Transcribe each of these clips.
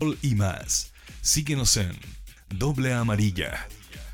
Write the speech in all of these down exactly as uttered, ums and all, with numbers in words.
Y más. Síguenos en Doble Amarilla.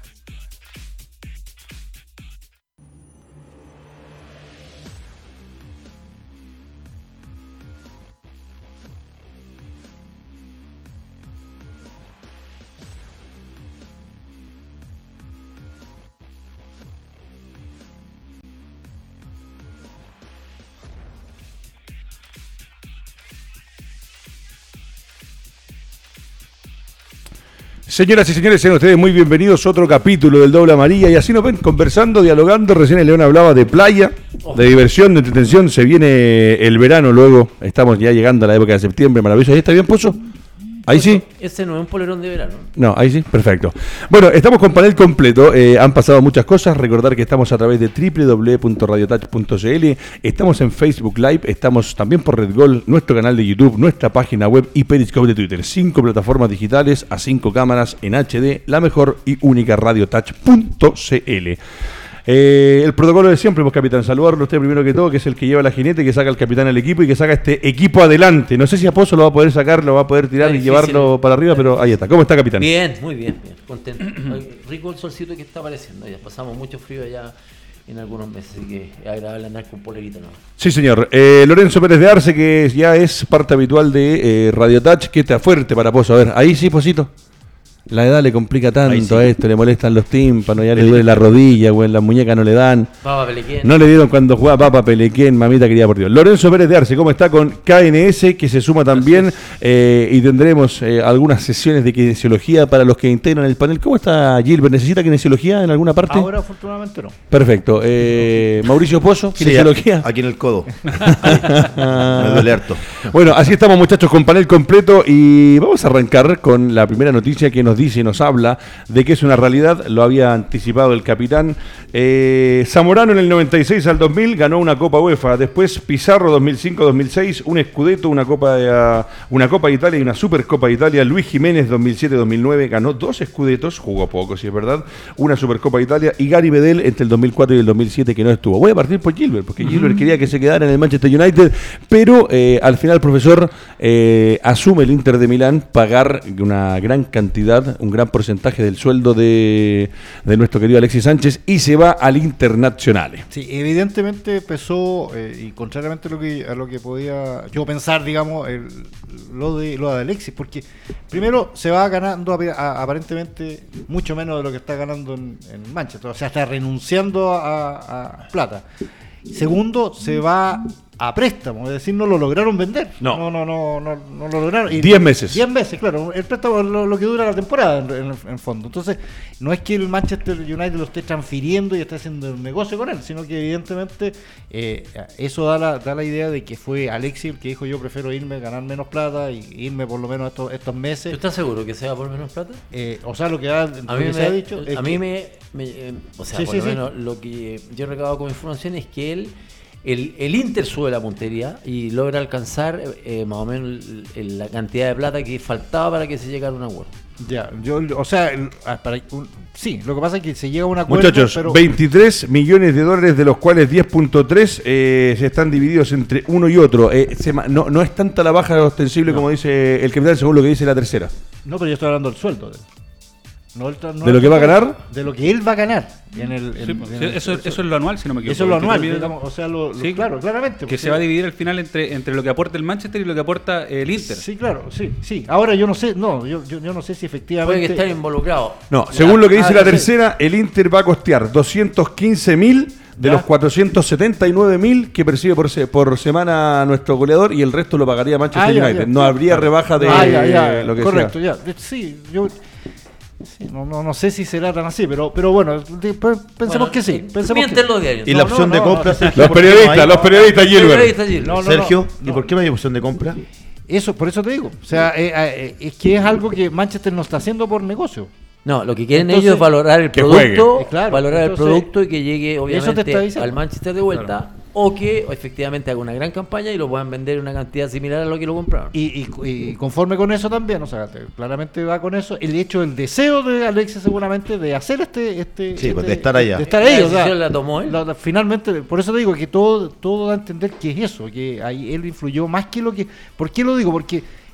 Señoras y señores, sean ustedes muy bienvenidos a otro capítulo del Doble Amarilla. Y así nos ven conversando, dialogando. Recién el León hablaba de playa, de diversión, de entretención. Se viene el verano luego. Estamos ya llegando a la época de septiembre. Maravilloso. ¿Ahí está bien, Pozo? Ahí sí. Ese no es un polerón de verano. No, ahí sí, perfecto. Bueno, estamos con panel completo. Eh, han pasado muchas cosas. Recordar que estamos a través de doble u doble u doble u punto radio touch punto c l. Estamos en Facebook Live. Estamos también por Red Gol, nuestro canal de YouTube, nuestra página web y Periscope de Twitter. Cinco plataformas digitales a cinco cámaras en H D. La mejor y única radio touch punto c l. Eh, el protocolo de siempre, pues, capitán, saludarlo a usted primero que todo, que es el que lleva la jinete, que saca al capitán al equipo y que saca este equipo adelante. No sé si a Pozo lo va a poder sacar, lo va a poder tirar y llevarlo para arriba, pero ahí está. ¿Cómo está, capitán? Bien, muy bien, bien, contento. Rico el solcito que está apareciendo, ya pasamos mucho frío allá en algunos meses, así que es agradable andar con polerita, ¿no? Sí, señor. Eh, Lorenzo Pérez de Arce, que ya es parte habitual de eh, Radio Touch, que está fuerte para Pozo. A ver, ahí sí, Pozito. La edad le complica tanto sí. a esto, le molestan los tímpanos, ya le duele la rodilla, güey, las muñecas no le dan. Papa Pelequén. No le dieron cuando jugaba Papa Pelequén, mamita querida por Dios. Lorenzo Pérez de Arce, ¿cómo está? Con K N S, que se suma también, eh, y tendremos eh, algunas sesiones de kinesiología para los que integran el panel. ¿Cómo está Gilbert? ¿Necesita kinesiología en alguna parte? Ahora, afortunadamente, no. Perfecto. Eh, Mauricio Pozo, kinesiología. Sí, aquí en el codo. Me duele harto. Bueno, así estamos, muchachos, con panel completo y vamos a arrancar con la primera noticia que nos dice y nos habla de que es una realidad, lo había anticipado el capitán. eh, Zamorano en el noventa y seis al dos mil ganó una Copa UEFA, después Pizarro dos mil cinco dos mil seis, un Scudetto, una Copa de, una Copa de Italia y una Supercopa de Italia. Luis Jiménez dos mil siete dos mil nueve ganó dos Scudettos, jugó poco si es verdad, una Supercopa de Italia, y Gary Medel entre el dos mil cuatro y el dos mil siete que no estuvo. Voy a partir por Gilbert, porque uh-huh. Gilbert quería que se quedara en el Manchester United, pero eh, al final, profesor, eh, asume el Inter de Milán pagar una gran cantidad, un gran porcentaje del sueldo de, de nuestro querido Alexis Sánchez y se va al Internazionale. Sí, evidentemente pesó, eh, y contrariamente a lo que a lo que podía yo pensar, digamos, el, lo de lo de Alexis, porque primero se va ganando a, a, aparentemente mucho menos de lo que está ganando en, en Manchester, o sea, está renunciando a, a plata. Segundo, se va a préstamo, es decir, no lo lograron vender. No, no, no, no, no, no lo lograron. Y diez meses. Diez meses, claro. El préstamo es lo, lo que dura la temporada, en, en, en fondo. Entonces, no es que el Manchester United lo esté transfiriendo y esté haciendo un negocio con él, sino que evidentemente eh, eso da la, da la idea de que fue Alexis el que dijo: yo prefiero irme, ganar menos plata y irme por lo menos estos, estos meses. ¿Tú estás seguro que se va por menos plata? Eh, o sea, lo que, ha, a lo mí que me, se ha dicho. A mí que... me, me eh, O sea, sí, por sí, lo sí. menos lo que yo he recabado como información es que él. El, el Inter sube la puntería y logra alcanzar eh, más o menos el, el, la cantidad de plata que faltaba para que se llegara a un acuerdo. Ya, yo, o sea, el, para, un, sí, lo que pasa es que se llega a un acuerdo. Muchachos, pero... veintitrés millones de dólares, de los cuales diez punto tres eh, se están divididos entre uno y otro. Eh, se, no, no es tanta la baja ostensible no. como dice el capitán, según lo que dice la tercera. No, pero yo estoy hablando del sueldo. De... No, el, no ¿De lo que va a ganar? De lo que él va a ganar. En el, en, sí, pues, en el, eso, eso, eso es lo anual, si no me equivoco. Eso es lo anual, digamos, o sea, lo, lo, sí, claro, claramente. Que se va a dividir al final entre, entre lo que aporta el Manchester y lo que aporta el Inter. Sí, claro, sí, sí. Ahora yo no sé, no, yo, yo, yo no sé si efectivamente... Puede que estar involucrado. No, según lo que dice ah, la tercera, el Inter va a costear doscientos quince mil de ¿Ya? los cuatrocientos setenta y nueve mil que percibe por, se, por semana nuestro goleador, y el resto lo pagaría Manchester ah, ya, United. Ya, no ya, habría ya, rebaja de ah, ya, ya, lo que correcto, sea. ya. Sí, yo... Sí, no, no, no sé si será tan así, pero, pero bueno, pensemos bueno, que sí. Pensemos que... los diarios. Y no, la opción no, de compra, no, Sergio, los periodistas, los periodistas, Gilbert. No, no, Sergio, ¿y por qué no hay opción de compra? Eso, por eso te digo. O sea, eh, eh, es que es algo que Manchester no está haciendo por negocio. No, lo que quieren entonces, ellos es valorar el producto, eh, claro, valorar entonces, el producto y que llegue obviamente al Manchester de vuelta. Claro. O que efectivamente haga una gran campaña y lo puedan vender una cantidad similar a lo que lo compraron. Y, y, y conforme con eso también, o sea, te, claramente va con eso, el hecho, el deseo de Alexis seguramente de hacer este... este sí, este, pues de estar allá. De estar ahí, la o sea, la tomó él. La, la, finalmente, por eso te digo que todo, todo da a entender que es eso, que ahí él influyó más que lo que... ¿Por qué lo digo? Porque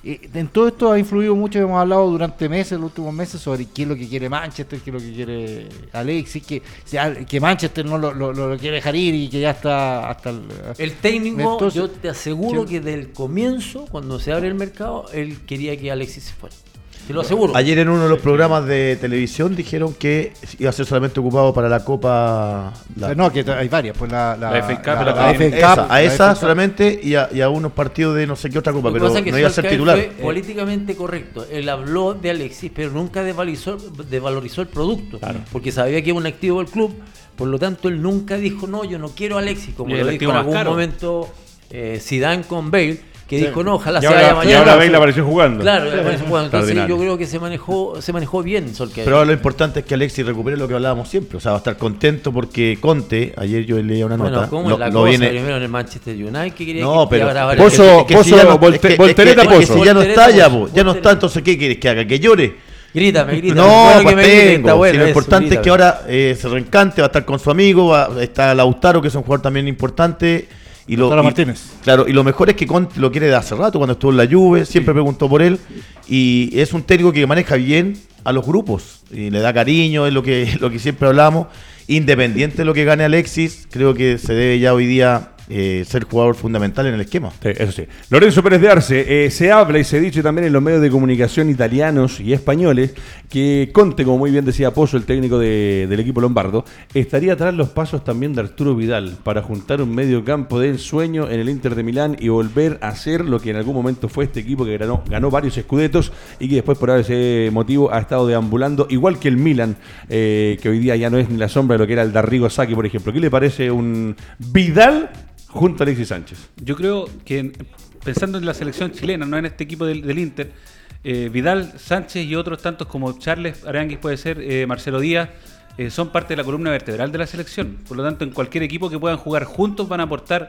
Eh, en todo esto ha influido mucho, hemos hablado durante meses, los últimos meses, sobre qué es lo que quiere Manchester, qué es lo que quiere Alexis, que, que Manchester no lo, lo, lo quiere dejar ir y que ya está hasta el... El técnico, Entonces, yo te aseguro ¿qué? que desde el comienzo, cuando se abre el mercado, él quería que Alexis se fuera. Te lo aseguro. Ayer en uno de los programas de televisión dijeron que iba a ser solamente ocupado para la Copa. La, no, que hay varias, pues la, la, La F A Cup, la, la- la F A Cup, esa, a la esa F A Cup. solamente y a, y a unos partidos de no sé qué otra copa, Lo que pero pasa es que no iba a ser Solskjaer titular. fue políticamente correcto. Él habló de Alexis, pero nunca desvalorizó, desvalorizó el producto. Porque sabía que era un activo del club. Por lo tanto, él nunca dijo, no, yo no quiero a Alexis. Como Y lo el dijo activo en más algún caro. momento eh, Zidane con Bale, que Sí. dijo, no, ojalá Y se ahora, vaya y mañana. ahora Bale apareció jugando. Claro, apareció jugando. Entonces Extraordinario. yo creo que se manejó, se manejó bien Solskjaer. Pero ahora lo importante es que Alexis recupere lo que hablábamos siempre. O sea, va a estar contento porque Conte, ayer yo leía una Bueno, nota. ¿cómo lo, es la lo cosa? viene- Primero en el Manchester United, que quería No, que pero- y ahora- Pozo- es que- es que Pozo, si ya no- volte- es que- es que- voltereta es que Pozo. si ya no está Voltereta ya, Pozo, po, ya no está, voltereta. entonces ¿qué quieres que haga? ¿Que llore? Grítame, grítame. No, Bueno, pues que me grite, tengo. está Si bueno lo eso, importante es grítame. que ahora eh, se reencante, va a estar con su amigo, va- está Lautaro, que es un jugador también importante. Y lo, Lautaro y- Martínez. Claro, y lo mejor es que Conte lo quiere de hace rato, cuando estuvo en la Juve, siempre preguntó por él. Y es un técnico que maneja bien a los grupos y le da cariño, es lo que, lo que siempre hablamos. Independiente de lo que gane Alexis, creo que se debe ya hoy día eh, ser jugador fundamental en el esquema. Sí, eso sí. Lorenzo Pérez de Arce, eh, se habla y se dice también en los medios de comunicación italianos y españoles que Conte, como muy bien decía Pozo, el técnico de- del equipo lombardo, estaría tras los pasos también de Arturo Vidal para juntar un medio campo de ensueño en el Inter de Milán y volver a ser lo que en algún momento fue este equipo que ganó, ganó varios escudetos y que después por ese motivo ha estado deambulando, igual que el Milan, eh, que hoy día ya no es ni la sombra de lo que era el D'Arrigo Sacchi, por ejemplo. ¿Qué le parece un Vidal junto a Alexis Sánchez? Yo creo que en- pensando en la selección chilena, no en este equipo del, del Inter, eh, Vidal, Sánchez y otros tantos como Charles Aranguis, puede ser, eh, Marcelo Díaz, eh, son parte de la columna vertebral de la selección. Por lo tanto, en cualquier equipo que puedan jugar juntos van a aportar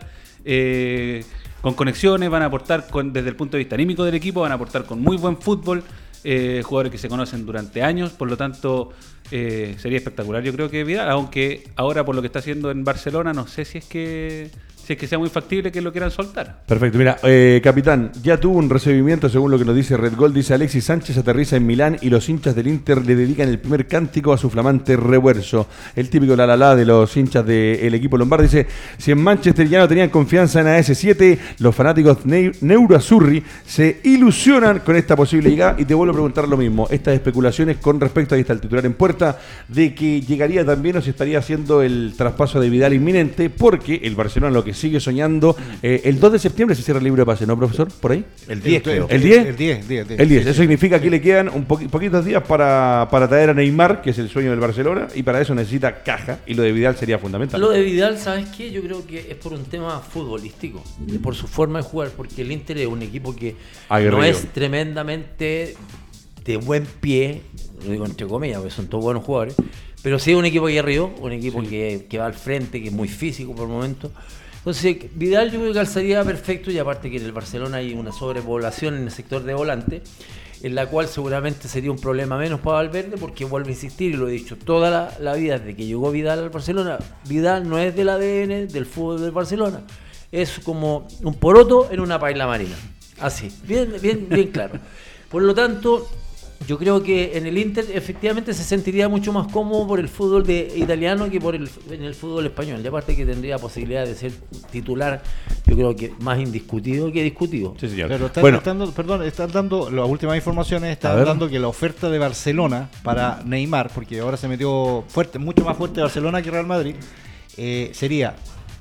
eh, con conexiones, van a aportar con, desde el punto de vista anímico del equipo, van a aportar con muy buen fútbol, eh, jugadores que se conocen durante años. Por lo tanto, eh, sería espectacular, yo creo que Vidal, aunque ahora por lo que está haciendo en Barcelona, no sé si es que si es que sea muy factible que lo quieran soltar. Perfecto, mira, eh, capitán, ya tuvo un recibimiento según lo que nos dice Red Gold, dice Alexis Sánchez aterriza en Milán y los hinchas del Inter le dedican el primer cántico a su flamante refuerzo. El típico la la la de los hinchas del equipo lombardo dice, si en Manchester ya no tenían confianza en A S siete, los fanáticos neu- Neurazzurri se ilusionan con esta posible llegada y te vuelvo a preguntar lo mismo, estas especulaciones con respecto, ahí está el titular en puerta, de que llegaría también o se estaría haciendo el traspaso de Vidal inminente, porque el Barcelona lo que sigue soñando, eh, el dos de septiembre se cierra el libre de pase, ¿no, profesor? ¿Por ahí? El diez, creo. ¿El diez? El diez, diez, diez. El diez, Sí, eso sí. significa que le quedan un poqui- poquitos días para, para traer a Neymar, que es el sueño del Barcelona, y para eso necesita caja, y lo de Vidal sería fundamental. Lo de Vidal, ¿sabes qué? Yo creo que es por un tema futbolístico, por su forma de jugar, porque el Inter es un equipo que Aguerrido. no es tremendamente de buen pie, lo digo entre comillas, porque son todos buenos jugadores, pero sí es un equipo aguerrido, un equipo que, que va al frente, que es muy físico por el momento. Entonces, Vidal yo creo que calzaría perfecto, y aparte que en el Barcelona hay una sobrepoblación en el sector de volante, en la cual seguramente sería un problema menos para Valverde, porque vuelvo a insistir, y lo he dicho toda la, la vida desde que llegó Vidal al Barcelona, Vidal no es del A D N del fútbol del Barcelona, es como un poroto en una paila marina, así, bien, bien, bien claro. Por lo tanto, yo creo que en el Inter efectivamente se sentiría mucho más cómodo por el fútbol de, italiano que por el, en el fútbol español. Y aparte que tendría posibilidad de ser titular, yo creo que más indiscutido que discutido. Sí, señor. Pero están, bueno, están dando, perdón, están dando, las últimas informaciones A están ver. dando que la oferta de Barcelona para Neymar, porque ahora se metió fuerte, mucho más fuerte Barcelona que Real Madrid, eh, sería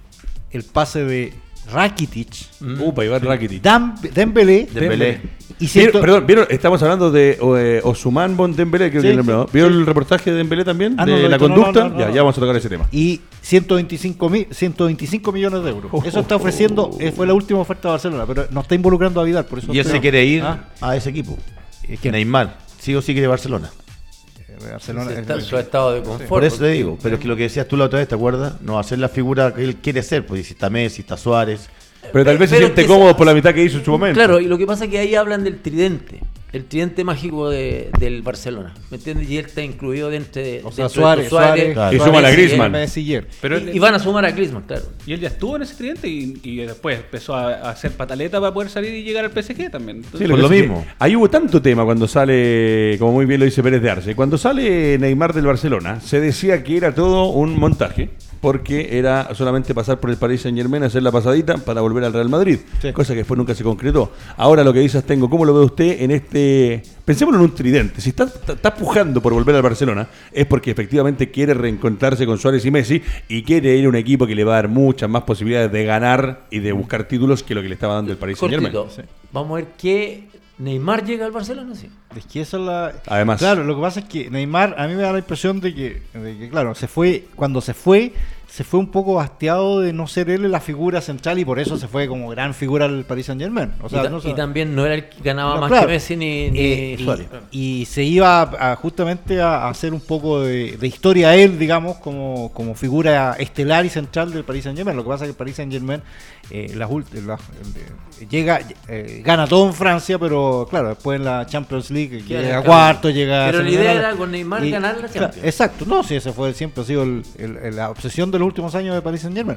el pase de Rakitic, upa, Iván Rakitic. Dam- Dembélé, Dembélé. y ¿Vieron- ciento- perdón, ¿vieron? Estamos hablando de eh, Ousmane Bon Dembélé, creo Sí, que nombrado. sí, ¿Vieron sí. el reportaje de Dembélé también? Ah, de no, lo he la visto, no, conducta. no, no, ya, no. ya vamos a tocar ese tema. y ciento veinticinco, mil, ciento veinticinco millones de euros. Eso está ofreciendo, eh, fue la última oferta de Barcelona, pero no está involucrando a Vidal, por eso Y él estoy- se quiere ir Ah, a ese equipo. ¿y quién? Neymar. Sí o sí quiere Barcelona. eh, Barcelona, Su eh, esta- su estado de confort. Por eso te porque- digo. Pero es que lo que decías tú la otra vez, ¿te acuerdas? No va a ser la figura que él quiere ser. Pues si está Messi, está Suárez. Pero tal vez se Pero siente que cómodo sa- por la mitad que hizo en su momento. Claro, y lo que pasa es que ahí hablan del tridente. el tridente mágico de, del Barcelona, ¿me entiendes? Y él está incluido dentro de, O sea, dentro Suárez, de Suárez, Suárez, Y Suárez, suma a y- Griezmann. Messi y él. Pero y, él- y van a sumar a Griezmann, claro. Y él ya estuvo en ese tridente y, y después empezó a, a hacer pataleta para poder salir y llegar al P S G también. Entonces, Sí, Por que lo pasa es que mismo. Ahí hubo tanto tema cuando sale, como muy bien lo dice Pérez de Arce, cuando sale Neymar del Barcelona, se decía que era todo un montaje, porque era solamente pasar por el Paris Saint Germain, hacer la pasadita para volver al Real Madrid, Sí. cosa que después nunca se concretó. Ahora lo que dices tengo, ¿cómo lo ve usted en este? Pensémoslo en un tridente. Si está, está, está pujando por volver al Barcelona, es porque efectivamente quiere reencontrarse con Suárez y Messi y quiere ir a un equipo que le va a dar muchas más posibilidades de ganar y de buscar títulos que lo que le estaba dando el Paris Saint Germain. Cortito. Vamos a ver qué Neymar llega al Barcelona, sí. Es que esa es la... Además. Claro, lo que pasa es que Neymar, a mí me da la impresión de que, de que, claro, se fue, cuando se fue, se fue un poco hastiado de no ser él la figura central y por eso se fue como gran figura al Paris Saint Germain. O sea, y, ta- no, y también no era el que ganaba No, más claro. que Messi ni, ni Eh, y- Suárez. y, se iba a- a justamente a, a hacer un poco de, de historia a él, digamos, como, como figura estelar y central del Paris Saint Germain. Lo que pasa es que el Paris Saint Germain eh, las ult- las- eh, llega, eh, gana todo en Francia, pero claro, después en la Champions League Queda llega a en cuarto, llega a Pero la semifinales. idea era con Neymar ganar la claro, Champions. exacto, no, sí, ese fue siempre ha sido el- el- la obsesión de los últimos años de Paris Saint Germain.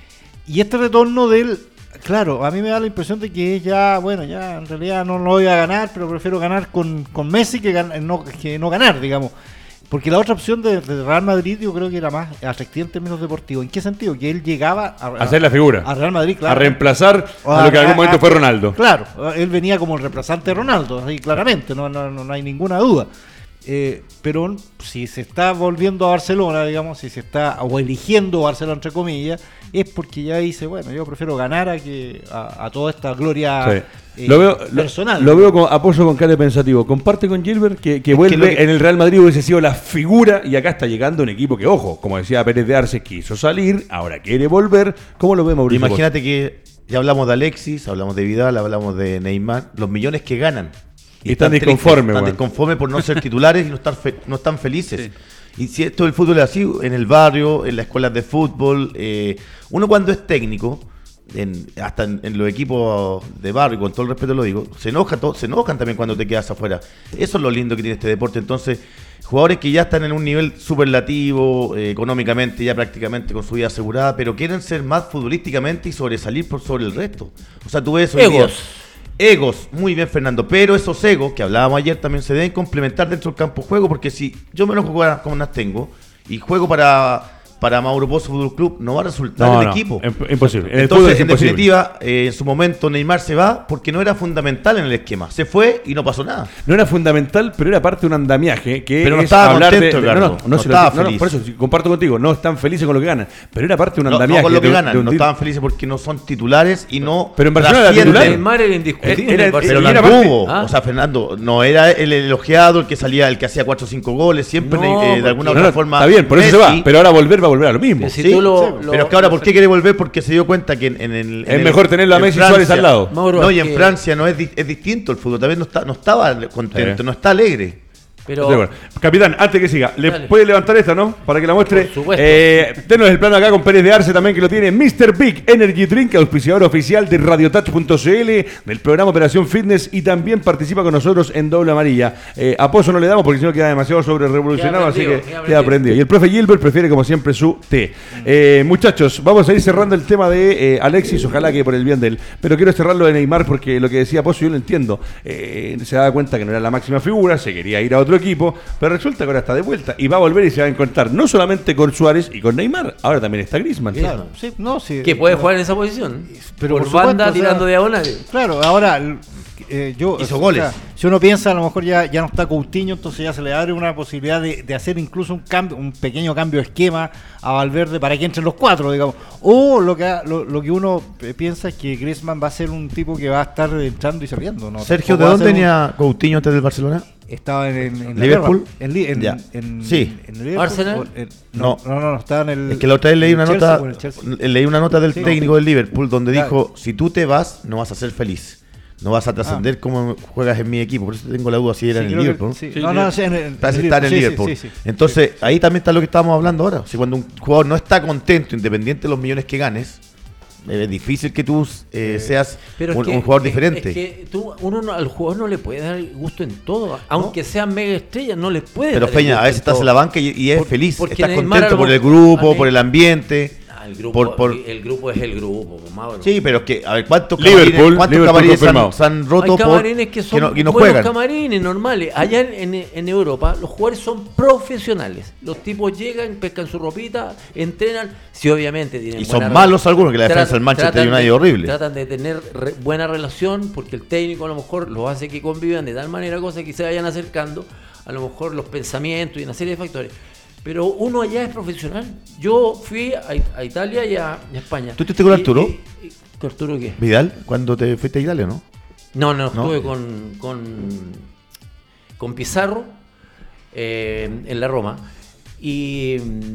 Y este retorno de él, claro, a mí me da la impresión de que ya, bueno, ya en realidad no lo voy a ganar, pero prefiero ganar con, con Messi que, gan- no, que no ganar, digamos. Porque la otra opción de, de Real Madrid yo creo que era más atractiva en términos deportivos. ¿En qué sentido? Que él llegaba a, A ser la figura. a Real Madrid, claro. A reemplazar O a lo que en algún momento a- fue Ronaldo. Claro, él venía como el reemplazante de Ronaldo, así claramente, no, no, no, no hay ninguna duda. Eh, pero si se está volviendo a Barcelona, digamos, si se está o eligiendo Barcelona entre comillas, es porque ya dice, bueno, yo prefiero ganar a que a, a toda esta gloria Sí. eh, Lo veo, lo, personal. lo veo con apoyo con cara de pensativo. Comparte con Gilbert que, que vuelve lo que- en el Real Madrid hubiese sido la figura y acá está llegando un equipo que, ojo, como decía Pérez de Arce, quiso salir, ahora quiere volver. ¿Cómo lo ve Mauricio? Imagínate que ya hablamos de Alexis, hablamos de Vidal, hablamos de Neymar, los millones que ganan. Y están tristes, disconformes, Están weón. disconformes por no ser titulares y no estar fe- no están felices. Y si esto del fútbol es así, en el barrio, en las escuelas de fútbol, eh, uno cuando es técnico, en- hasta en, en los equipos de barrio, con todo el respeto lo digo, se enoja to- se enojan también cuando te quedas afuera. Eso es lo lindo que tiene este deporte. Entonces, jugadores que ya están en un nivel superlativo, eh, económicamente, ya prácticamente con su vida asegurada, pero quieren ser más futbolísticamente y sobresalir por sobre el resto. O sea, tú ves hoy día- Egos. Egos, muy bien Fernando, pero esos egos que hablábamos ayer también se deben complementar dentro del campo de juego, porque si yo me lo juego como las tengo y juego para, para Mauro Pozo Fútbol Club, no va a resultar No, el no, equipo. imp- imposible. En el fútbol Entonces, es en imposible. definitiva, eh, en su momento Neymar se va porque no era fundamental en el esquema. Se fue y no pasó nada. No era fundamental, pero era parte de un andamiaje que Pero no es estaba hablar contento, de, no, Edgardo. no, no, No se lo- estaba no, no, feliz. por eso sí, comparto contigo, no están felices con lo que ganan, pero era parte de un No, andamiaje no con lo que de- ganan, de no hundir- estaban felices porque no son titulares y no Pero en Barcelona era trascienden. titular. Neymar era indiscutible. Era- en el era- Pero Barcelona. y no era parte- anduvo. ¿Ah? O sea, Fernando, no era el elogiado, el que salía, el que hacía cuatro o cinco goles, siempre No, eh, de porque- alguna No, otra no, forma. está bien, por eso se va, Messi- pero ahora volver va a volver a lo mismo. Pero si Sí, tú lo- sí, lo- pero es que ahora, ¿por qué quiere volver? Porque se dio cuenta que en, en el. Es en mejor el- tenerlo a en Messi y Suárez al lado. Mauro, No, es y en que- Francia no es, di- es distinto el fútbol. También no, está, no estaba contento, Sí. no está alegre. Pero Sí, bueno. Capitán, antes que siga, ¿le Dale. puede levantar esta, no? Para que la muestre. Por supuesto. Eh, tenos el plano acá con Pérez de Arce también, que lo tiene mister Big Energy Drink, auspiciador oficial de radiotouch punto c l, del programa Operación Fitness, y también participa con nosotros en Doble Amarilla. Eh, a Pozo no le damos porque si no queda demasiado sobre revolucionado, Queda así que prendido, queda queda prendido. prendido. Y el profe Gilbert prefiere, como siempre, su té. Eh, muchachos, vamos a ir cerrando el tema de eh, Alexis, ojalá que por el bien de él. Pero quiero cerrarlo de Neymar porque lo que decía Pozo yo lo entiendo. Eh, se daba cuenta que no era la máxima figura, se quería ir a otro equipo, pero resulta que ahora está de vuelta y va a volver y se va a encontrar no solamente con Suárez y con Neymar, ahora también está Griezmann. Claro, sí, no, sí. que puede jugar en esa posición. Pero por, por supuesto, banda o sea, tirando diagonales. Claro, ahora l- eh, yo Hizo o sea, goles. si uno piensa a lo mejor ya, ya no está Coutinho, entonces ya se le abre una posibilidad de, de hacer incluso un cambio, un pequeño cambio de esquema a Valverde para que entren los cuatro, digamos. O lo que ha- lo, lo que uno eh, piensa es que Griezmann va a ser un tipo que va a estar entrando y saliendo, ¿no? Sergio, ¿de Tampoco va a dónde ser un- venía Coutinho antes del Barcelona? Estaba en, en, en ¿Liverpool? Inglaterra, En, Li- en, Ya. en- Sí. en Liverpool, ¿Arsenal? o en- no, no, no, no, estaba en el. Es que la otra vez leí en una el Chelsea nota, o en el Chelsea. leí una nota del Sí. técnico del Liverpool donde Claro. dijo, si tú te vas, no vas a ser feliz. No vas a trascender como juegas en mi equipo. Por eso tengo la duda si era Sí, en el creo que- Liverpool. sí. Sí, No, no, sí, en el- en Parece el estar en sí, sí, Liverpool. sí, sí. Entonces, Sí. ahí también está lo que estábamos hablando ahora. Si cuando un jugador no está contento, independiente de los millones que ganes, Es difícil que tú eh, seas Pero un, es que, un jugador es- diferente. Es que tú, uno no- al jugador no le puede dar gusto en todo, aunque sean mega estrellas, no les puede Pero dar Peña, gusto a veces en estás todo. en la banca y, y es Por- feliz, porque estás Neymar contento a lo por el mejor- grupo, a mí- por el ambiente. Ah, el, grupo, por- por- el, el grupo es el grupo, Mauro. Sí, pero es que, a ver, ¿cuántos Liverpool, camarines, cuántos Liverpool camarines se han, confirmado. se han roto Hay por camarines que son no, que no buenos juegan? camarines normales. Allá en, en- en Europa los jugadores son profesionales. Los tipos llegan, pescan su ropita, entrenan. Sí, obviamente tienen Y buena son re- malos algunos, que la defensa tratan- del Manchester tratan United de- es horrible. Tratan de tener re- buena relación porque el técnico a lo mejor los hace que convivan de tal manera, cosas que se vayan acercando, a lo mejor los pensamientos y una serie de factores. Pero uno allá es profesional. Yo fui a, a Italia y a, y a España. ¿Tú estuviste con Y- Arturo? y- y- ¿Con Arturo qué? Vidal, cuando te fuiste a Italia, ¿no? No, no, ¿No? estuve con, con, con Pizarro eh, en la Roma y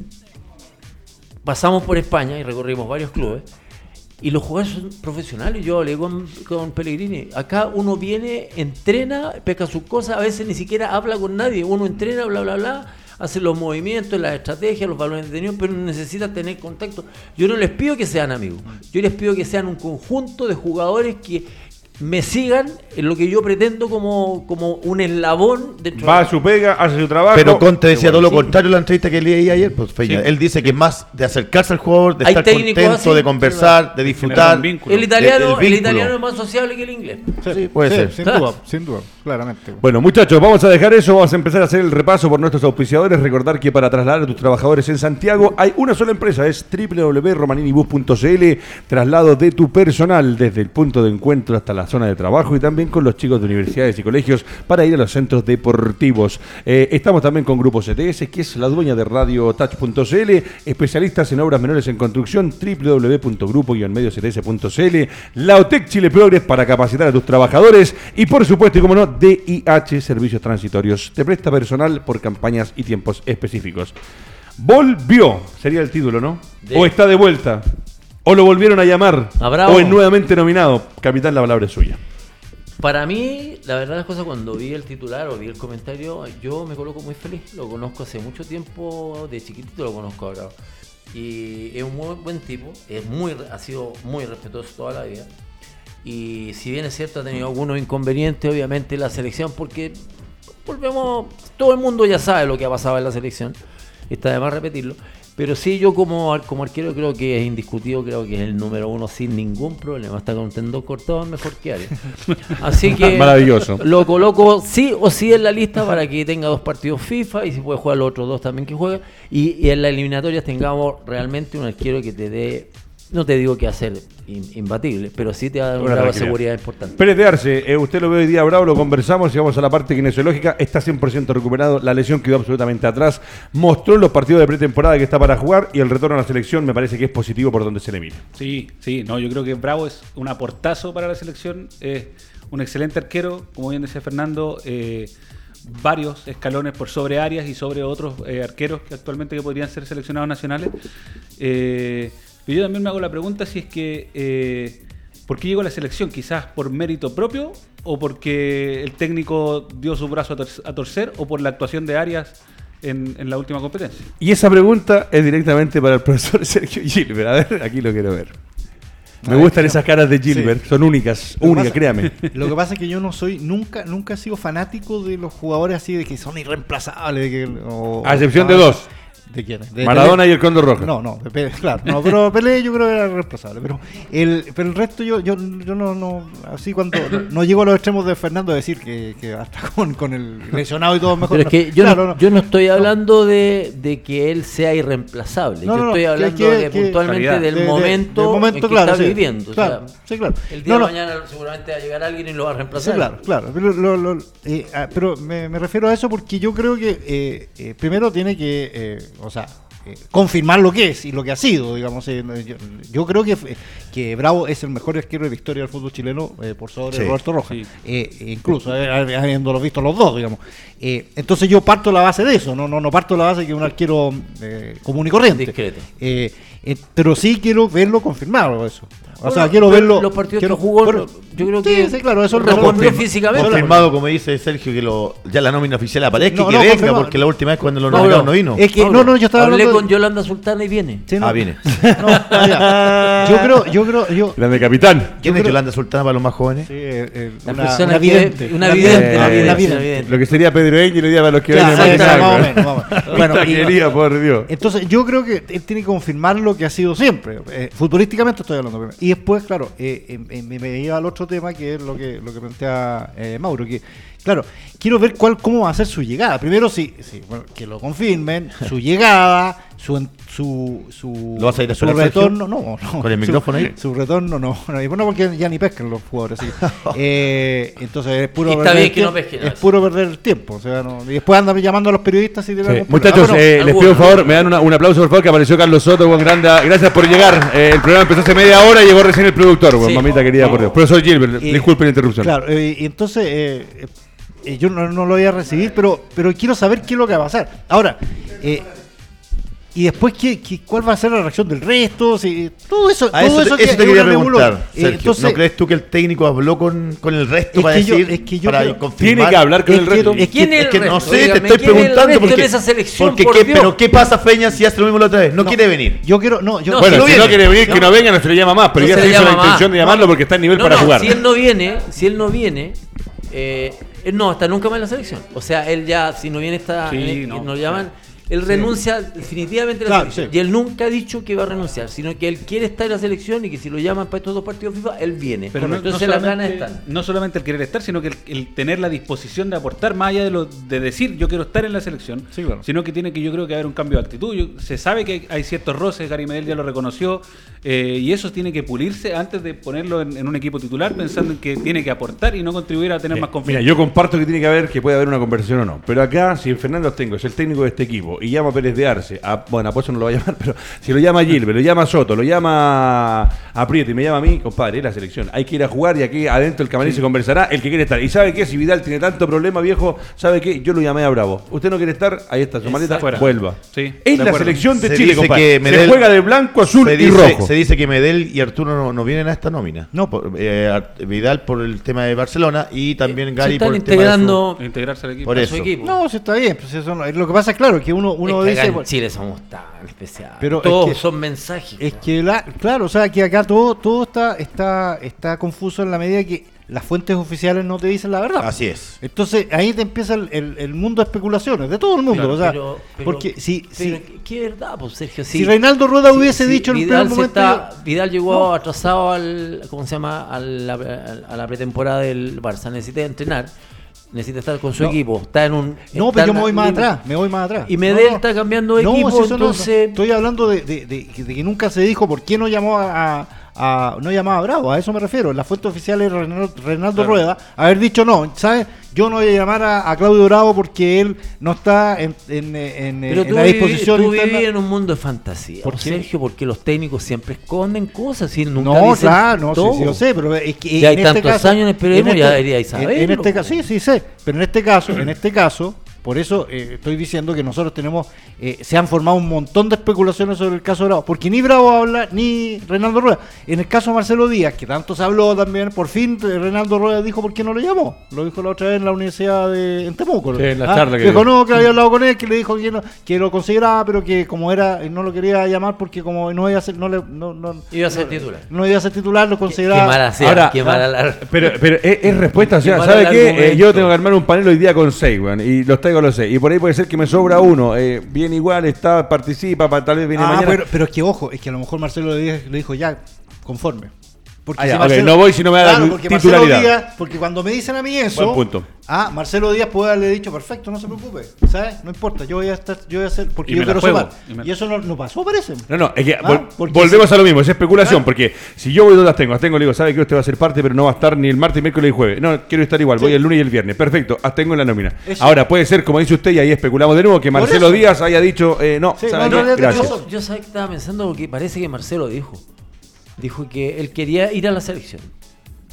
mm, pasamos por España y recorrimos varios clubes y los jugadores son profesionales. Yo hablé con, con Pellegrini. Acá uno viene, entrena, pesca sus cosas, a veces ni siquiera habla con nadie. Uno entrena, bla, bla, bla, hace los movimientos, las estrategias, los balones detenidos, pero necesita tener contacto. Yo no les pido que sean amigos, yo les pido que sean un conjunto de jugadores que me sigan en lo que yo pretendo como, como un eslabón dentro Va de- a su pega, hace su trabajo. Pero Conte decía todo lo sí. contrario en la entrevista que leí ayer. Pues, Peña. Sí. Él dice que es más de acercarse al jugador, de Hay estar técnicos contento, así, de conversar, de Generar disfrutar. un vínculo. El italiano, El- el el, vínculo. italiano es más sociable que el inglés. Sí, puede ser. Sin duda, sin duda, claramente. Bueno, muchachos, vamos a dejar eso, vamos a empezar a hacer el repaso por nuestros auspiciadores. Recordar que para trasladar a tus trabajadores en Santiago hay una sola empresa, es doble u doble u doble u punto romaninibus punto c l, traslado de tu personal desde el punto de encuentro hasta la zona de trabajo y también con los chicos de universidades y colegios para ir a los centros deportivos. Eh, estamos también con Grupo C T S, que es la dueña de Radio Touch punto c l, especialistas en obras menores en construcción, doble u doble u doble u punto grupo medio c t s punto c l, Lautec Chile Progress para capacitar a tus trabajadores y por supuesto y como no, D I H Servicios Transitorios, te presta personal por campañas y tiempos específicos. Volvió, sería el título, ¿no? De- O está de vuelta, o lo volvieron a llamar, A Bravo. o es nuevamente nominado. Capitán, la palabra es suya. Para mí, la verdad las cosas, cuando vi el titular o vi el comentario, yo me coloco muy feliz. Lo conozco hace mucho tiempo, de chiquitito lo conozco ahora. Y es un muy buen tipo, es muy, ha sido muy respetuoso toda la vida. Y si bien es cierto, ha tenido algunos inconvenientes, obviamente, en la selección, porque volvemos, todo el mundo ya sabe lo que ha pasado en la selección, está de más repetirlo. Pero sí, yo como, ar- como arquero creo que es indiscutido, creo que es el número uno sin ningún problema. Hasta con un tendón cortado es mejor que Arias. Así que Maravilloso. lo coloco sí o sí en la lista para que tenga dos partidos FIFA y si puede jugar los otros dos también que juegue. Y, y en las eliminatorias tengamos realmente un arquero que te dé, no te digo que hacer in- imbatible, pero sí te va a dar Una una grado de tranquilidad. seguridad importante. Pérez de Arce, eh, usted lo ve hoy día bravo, lo conversamos y vamos a la parte kinesiológica. Está cien por ciento recuperado, la lesión quedó absolutamente atrás. Mostró en los partidos de pretemporada que está para jugar y el retorno a la selección me parece que es positivo por donde se le mire. Sí, sí, no, yo creo que Bravo es un aportazo para la selección, es un excelente arquero, como bien decía Fernando, eh, varios escalones por sobre Arias y sobre otros eh, arqueros que actualmente que podrían ser seleccionados nacionales. Eh, pero yo también me hago la pregunta si es que, eh, ¿por qué llegó a la selección? Quizás por mérito propio o porque el técnico dio su brazo a, tor- a torcer o por la actuación de Arias en, en la última competencia. Y esa pregunta es directamente para el profesor Sergio Gilbert. A ver, aquí lo quiero ver. Me A ver, gustan no. esas caras de Gilbert, Sí. son únicas, Lo que únicas, pasa- créame. Lo que pasa es que yo no soy, nunca, nunca he sido fanático de los jugadores así de que son irreemplazables. De que, o- A excepción de o- dos. ¿De quién? De Maradona Pelé. y el Cóndor Rojo. No, no, de Pelé, claro. No, pero Pelé yo creo que era reemplazable. Pero el, pero el resto yo, yo, yo no, no, así cuando no llego a los extremos de Fernando a decir que, que hasta con, con el lesionado y todo mejor. Pero es que yo, Claro, no, yo no estoy hablando de, de que él sea irreemplazable. No, yo no, estoy que- hablando que- de que- puntualmente calidad. del De- de- momento, del momento, en que claro, está sí. viviendo. O Claro, sea, sí, claro. el día No, de no. mañana seguramente va a llegar alguien y lo va a Sí, reemplazar. claro, claro. Pero, lo- lo- eh, ah, pero me, me refiero a eso porque yo creo que eh, eh, primero tiene que, eh, o sea, eh, confirmar lo que es y lo que ha sido, digamos. eh, yo, yo creo que, que Bravo es el mejor arquero de la historia del fútbol chileno eh, por sobre Sí, Roberto Rojas. sí. Eh, eh, incluso, eh, habiéndolo visto los dos, digamos. Eh, entonces yo parto la base de eso, no, no, no parto la base que un arquero eh, común y corriente. Discreto. Eh, Eh, pero sí quiero verlo confirmado eso. O Bueno, sea, quiero pero verlo. los partidos quiero, que jugó, bueno, yo creo sí, que sí, claro, eso respondió lo- físicamente. Confirmado, como dice Sergio, que lo, ya la nómina oficial aparezca No, y que no, venga, confirmado. porque la última vez cuando lo No, nominaron no. no vino. Es que, Pablo, no, no, yo estaba hablé hablando. con Yolanda Sultana y viene. Sí, no. Ah, viene. No, ah, ya. Yo creo, yo creo, yo. Grande capitán. ¿Quién yo es creo- Yolanda Sultana para los más jóvenes? Sí, eh, eh, La una, persona una que- vidente. una vidente, una vidente, una una vidente. vidente. Lo que sería Pedro Engel hoy día para los que Claro, ven el exacto, mañana. más o menos, más o menos. Bueno, y- quería, por Dios. Entonces, yo creo que él tiene que confirmar lo que ha sido siempre. Eh, futbolísticamente estoy hablando primero. Y después, claro, eh, eh, eh, me, me lleva al otro tema que es lo que, lo que plantea eh, Mauro, que, claro, quiero ver cuál, cómo va a ser su llegada. Primero, sí, sí, bueno, que lo confirmen, su llegada, su, en- su, su, ¿Lo vas a ir a su esperar, retorno, no, no. ¿Con el su- micrófono ahí? Su retorno, no. no y bueno, porque ya ni pescan los jugadores. Así. eh, entonces, es puro Y está perder bien el que no tiempo, pesquen, es ¿no? puro perder el tiempo. O sea, no, y después andan llamando a los periodistas y tienen Sí. algún problema. Muchachos, Ah, bueno, eh, les pido un algunos. favor, me dan una- un aplauso por favor, que apareció Carlos Soto, buen grande. Gracias por llegar. Eh, el programa empezó hace media hora y llegó recién el productor, buen Sí. mamita querida, por Dios. Profesor Gilbert, Y- disculpen la interrupción. Claro, eh, y entonces eh, eh, eh, yo no, no lo voy a recibir, pero, pero quiero saber qué es lo que va a pasar. Ahora, eh, y después, ¿qué, qué, ¿cuál va a ser la reacción del resto? Si, todo eso, A todo eso, eso, te, eso que te es quería una nebulosa. preguntar, Eh, Sergio. entonces, ¿No crees tú que el técnico habló con, con el resto Es para que yo- decir, es que yo para creo- confirmar? Tiene que hablar con es el que- resto. es ¿Quién es Es el que no resto? sé, te Dígame, estoy ¿quién es el preguntando resto porque, en esa selección, porque por ¿qué, Dios? pero ¿qué pasa Feña si hace lo mismo la otra vez? No, No. quiere venir. yo quiero, no, yo, No, Bueno, si si no no viene. quiere venir, que no venga, no se le llama más, pero No ya se se le hizo la llama intención más. de llamarlo porque está en nivel No, para no, jugar. Si él no viene, si él no viene, eh, él no va a estar nunca más en la selección. O sea, él ya, si no viene, está, Sí, en el- no, nos lo llaman, él renuncia definitivamente a la Claro, selección. sí. Y él nunca ha dicho que va a renunciar, sino que él quiere estar en la selección y que si lo llaman para estos dos partidos FIFA, él viene. Pero no, Entonces no las ganas solamente, están. no solamente el querer estar, sino que el, el tener la disposición de aportar más allá de lo de decir yo quiero estar en la selección, Sí, claro. sino que tiene que yo creo que haber un cambio de actitud. Yo- se sabe que hay, hay ciertos roces, Gary Medel ya lo reconoció, eh, y eso tiene que pulirse antes de ponerlo en, en un equipo titular, pensando en que tiene que aportar y no contribuir a tener más Mira, confianza. yo comparto que tiene que haber, que puede haber una conversación o no. Pero acá, si Fernando Ostengo es el técnico de este equipo y llama a Pérez de Arce, a, bueno, a Pozo no lo va a llamar, pero si lo llama a Gilbert, lo llama a Soto, lo llama a Prieto y me llama a mí, compadre, es la selección. Hay que ir a jugar y aquí adentro el camarín se conversará el que quiere estar. Y sabe qué, si Vidal tiene tanto problema, viejo, sabe qué, yo lo llamé a Bravo. Usted no quiere estar, ahí está su maleta, Fuera. vuelva. Sí, es de la acuerdo. selección de Se Chile, dice compadre. que Se Medel- juega de blanco, azul se y dice, rojo. se dice que Medel y Arturo no, no vienen a esta nómina. No. Por- eh, Art- Vidal por el tema de Barcelona y también Se Gary están por el tema de su- integrando Integrarse al equipo. Por a eso. su equipo. No, sí está bien. Pues eso no- lo que pasa es claro que uno, uno es que dice. acá en bueno, Chile somos tan especiales. Pero es Todos que- son mensajes. Es que la, claro, o sea, que acá todo, todo está, está, está confuso en la medida que las fuentes oficiales no te dicen la verdad. Así es. Entonces ahí te empieza el, el- el mundo de especulaciones, de todo el mundo. Claro, o sea, pero- pero- porque si, pero si, ¿qué- ¿qué verdad, pues Sergio? si Reinaldo Rueda si- hubiese si dicho en el Vidal primer se momento. está- Vidal llegó No. atrasado al, ¿cómo se llama? A la, a la pretemporada del Barça. Necesita entrenar, necesita estar con su No. equipo. Está en un. No, está pero yo en me voy más una- atrás, me voy más atrás. Y Medel No, no. está cambiando de No, equipo, si eso no- entonces. estoy hablando de, de- de- de que nunca se dijo por qué no llamó a, a- a- no llamaba a Bravo, a eso me refiero. La fuente oficial es Reinaldo, Reinaldo Claro. Rueda, haber dicho no, ¿sabes? Yo no voy a llamar a, a Claudio Bravo porque él no está en, en- en- Pero en tú, la viví- disposición tú interna. vivías en un mundo de fantasía, ¿Por ¿por qué? Sergio, porque los técnicos siempre esconden cosas y nunca No, dicen claro, no, sí, todo. sí, yo sé, pero es que Ya hay en este tantos caso, años en el periodismo, en ya deberíais en- En, saberlo, este caso, pues. sí, sí sé, pero en este caso, en este caso, por eso eh, estoy diciendo que nosotros tenemos, eh, se han formado un montón de especulaciones sobre el caso Bravo, porque ni Bravo habla, ni Reinaldo Rueda. En el caso de Marcelo Díaz, que tanto se habló también, por fin eh, Reinaldo Rueda dijo por qué no lo llamó. Lo dijo la otra vez en la universidad de en Temuco. Sí, en la Ah, charla que dijo, dio. no, que había hablado con él, que le dijo que, no- que lo consideraba, pero que como era, no lo quería llamar porque como no iba a ser, no le, no, no, Iba a ser titular. no iba a ser titular, lo Qué consideraba. mala sea, Ahora- qué mala la- Pero, pero es, es respuesta, o sea, Qué mal ¿sabe el qué? Eh, argumento. yo tengo que armar un panel hoy día con seis, weón, y los traigo a los seis. Y por ahí puede ser que me sobra uno. Eh, bien igual, está, participa, pa- tal vez viene Ah, mañana. pero, pero es que ojo, es que a lo mejor Marcelo Díaz le dijo ya, conforme. Porque Ah, ya, ok, no voy si no me da la claro, porque Marcelo titularidad. Díaz, porque cuando me dicen a mí eso, Buen punto. ah, Marcelo Díaz puede haberle dicho, perfecto, no se preocupe, ¿sabes? No importa, yo voy a estar, yo voy a hacer, porque Y yo me la quiero juego, sumar. y me- Y eso no, no pasó, parece. No, no, es que Ah, vol- porque volvemos si- a lo mismo, es especulación, Ah. porque si yo voy donde las tengo, las tengo, le digo, sabe que usted va a ser parte, pero no va a estar ni el martes, miércoles y jueves. No, quiero estar igual, voy Sí. el lunes y el viernes. Perfecto, las tengo en la nómina. Eso. Ahora, puede ser, como dice usted, y ahí especulamos de nuevo, que Por Marcelo eso. Díaz haya dicho, eh, no, Sí, ¿sabe no, qué? no, no, Gracias. no, Yo, yo sabía que estaba pensando porque parece que Marcelo dijo. Dijo que él quería ir a la selección.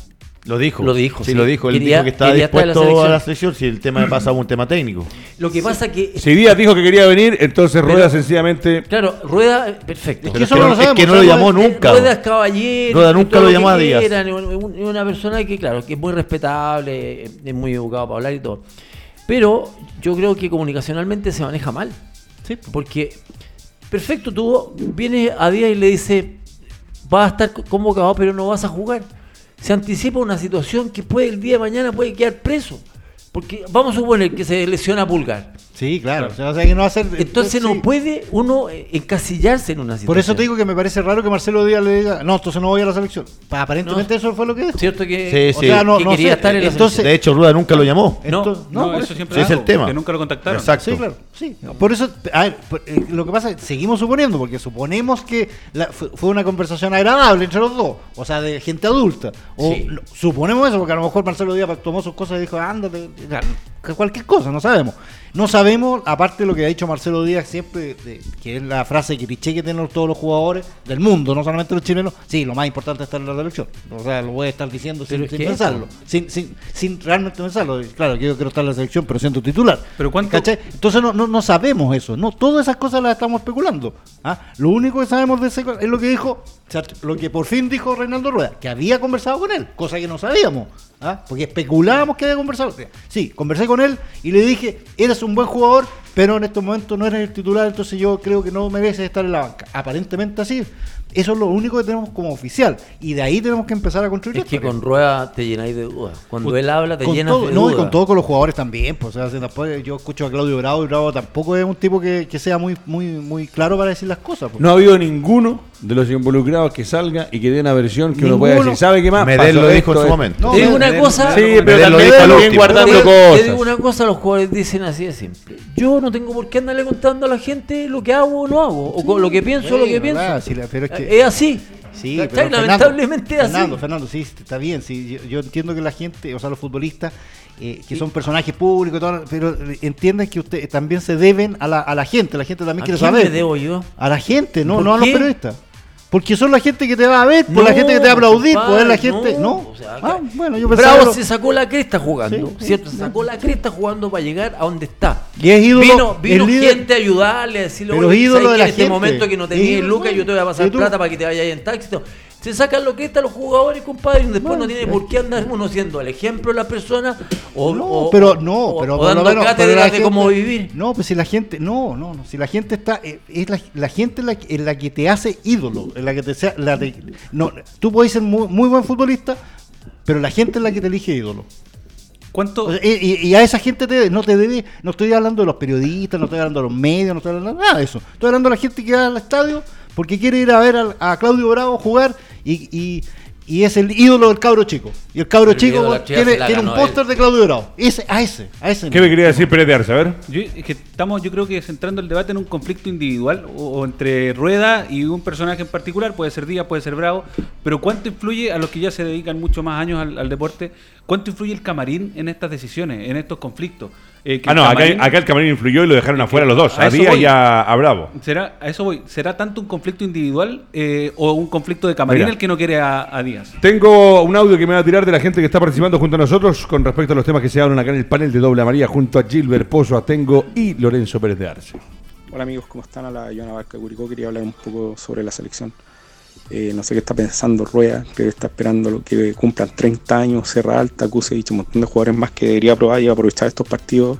Lo dijo. Lo dijo, sí, sí. lo dijo. Él Quería- dijo que estaba quería estar en la dispuesto a la selección. selección si el tema de pasaba un tema técnico. Lo que pasa que... Si Díaz dijo que quería venir, entonces Pero- Rueda sencillamente... Claro, Rueda, eh, perfecto. Es Pero que es eso que no no- lo es sabemos. que no o lo sea, llamó no es- nunca. Rueda es caballero. Rueda y nunca todo lo que llamó a Díaz. quieran, y un- y una persona que, claro, que es muy respetable, es muy educado para hablar y todo. Pero yo creo que comunicacionalmente se maneja mal. Sí. Porque, perfecto, tú vienes a Díaz y le dices, vas a estar convocado, pero no vas a jugar. Se anticipa una situación que puede el día de mañana puede quedar preso. Porque vamos a suponer que se lesiona Pulgar. Sí, claro. O sea, o sea, que no va a ser, Entonces sí. no puede uno eh, encasillarse en una situación. Por eso te digo que me parece raro que Marcelo Díaz le diga, no, entonces no voy a la selección. Pa- Aparentemente No. eso fue lo que dijo. Cierto que, Sí, O sí. sea, no, que no quería sé, estar en la entonces- selección. De hecho, Rueda nunca lo llamó. No, Entonces- No, por eso siempre Sí, es dijo, el tema. Que nunca lo contactaron. Exacto. Sí, claro, sí. Por eso, a ver, por- eh, lo que pasa es que seguimos suponiendo, porque suponemos que la- fue, fue una conversación agradable entre los dos, o sea, de gente adulta. O Sí. no, suponemos eso, porque a lo mejor Marcelo Díaz tomó sus cosas y dijo, ándate, ya, que cualquier cosa, no sabemos. No sabemos, aparte de lo que ha dicho Marcelo Díaz siempre, de- que es la frase cliché que tienen todos los jugadores del mundo, no solamente los chilenos, sí, lo más importante es estar en la selección. O sea, lo voy a estar diciendo sin, Pero es sin que pensarlo, sin, sin, sin realmente pensarlo. Claro, que yo quiero estar en la selección, pero siendo titular. Pero ¿cuánto- ¿Cachai? Entonces no, no, no sabemos eso, no, todas esas cosas las estamos especulando. ¿Ah? Lo único que sabemos de ese es lo que dijo, o sea, lo que por fin dijo Reinaldo Rueda, que había conversado con él, cosa que no sabíamos, ¿ah? Porque especulábamos que había conversado. Sí, conversé con él y le dije, eres un buen jugador, pero en estos momentos no eres el titular, entonces yo creo que no mereces estar en la banca. Aparentemente así. Eso es lo único que tenemos como oficial. Y de ahí tenemos que empezar a construir Es que esto. con Rueda te llenáis de dudas. Cuando Ut- él habla te Con llenas todo, de no, dudas. y con todo con los jugadores también. Pues, o sea, si después yo escucho a Claudio Bravo y Bravo tampoco es un tipo que, que sea muy, muy, muy claro para decir las cosas. Pues. No ha habido ninguno de los involucrados que salga y que dé una versión que uno pueda Ninguno. decir, ¿sabe qué más? Medel Pasó lo dijo esto, en su esto. momento. No, Te digo Medel- una cosa. Sí, pero Medel lo también dijo al también último. guardando Te- cosas. Te digo una cosa, los jugadores dicen así de simple. Yo no tengo por qué andarle contando a la gente lo que hago o no hago, o con lo que pienso o lo que Bueno, pienso. verdad, sí, la- pero es que- Es así. Sí, ¿Cachai? pero Lamentablemente es así. Fernando, Fernando, sí, está bien. Sí, yo, yo entiendo que la gente, o sea, los futbolistas, eh, que son personajes públicos, todo, pero entienden que usted también se deben a la, a la gente. La gente también ¿A quiere quién saber. me debo yo? A la gente, no, ¿Por no a los qué? periodistas. Porque son la gente que te va a ver, por No, la gente que te va a aplaudir, compadre, pues es la gente. No, o sea, ah, acá- bueno, yo pensaba. Bravo lo- se sacó la cresta jugando, Sí, sí, ¿cierto? Se sí. sacó la cresta jugando para llegar a donde está. Y es ídolo, Vino, vino el líder- gente a ayudarle, a decirle, Pero oye, ídolo ¿sabes de que la en este gente. momento que no tenías Ídolo, lucas, yo te voy a ¿y pasar tú? plata para que te vayas ahí en taxi. y todo. Se sacan lo que está los jugadores, compadre, y después Bueno, no tiene es por qué andar uno siendo el ejemplo de la persona o, No, o- pero o- no, o- pero o por lo dando menos- pero cátedras la de gente- cómo vivir. No, pues si la gente, no, no, no, si la gente está, eh, es la, la gente es la, que- es la que te hace ídolo, es la que te sea, la de- no, tú puedes ser muy, muy buen futbolista, pero la gente es la que te elige ídolo. ¿Cuánto? O sea, y, y- y a esa gente te, no te debe, no estoy hablando de los periodistas, no estoy hablando de los medios, no estoy hablando de nada de eso. Estoy hablando de la gente que va al estadio porque quiere ir a ver al- a, Claudio Bravo jugar y, y, y es el ídolo del cabro chico. Y el cabro El chico ídolo de la tiene, Chivas se la tiene un ganó él. póster de Claudio Bravo. Ese, a ese, a ese. ¿Qué me quería decir Pérez de Arce? A ver. Yo, es que estamos, yo creo que centrando el debate en un conflicto individual o, o entre Rueda y un personaje en particular, puede ser Díaz, puede ser Bravo, pero ¿cuánto influye a los que ya se dedican mucho más años al, al deporte? ¿Cuánto influye el camarín en estas decisiones, en estos conflictos? Eh, que Ah, el no, acá, camarín- acá el camarín influyó y lo dejaron afuera los dos, a a eso Díaz voy. y a, a Bravo. ¿Será, a eso voy, ¿será tanto un conflicto individual eh, o un conflicto de camarín Mira. el que no quiere a, a Díaz? Tengo un audio que me va a tirar de la gente que está participando junto a nosotros con respecto a los temas que se hablan acá en el panel de Doble Amarilla junto a Gilbert Pozo, Atengo y Lorenzo Pérez de Arce. Hola amigos, ¿cómo están? A la Joana Barca de Curicó, quería hablar un poco sobre la selección. Eh, no sé qué está pensando Rueda, creo que está esperando lo que cumplan treinta años, Serra Alta, Kusevich, un montón de jugadores más que debería probar y aprovechar estos partidos.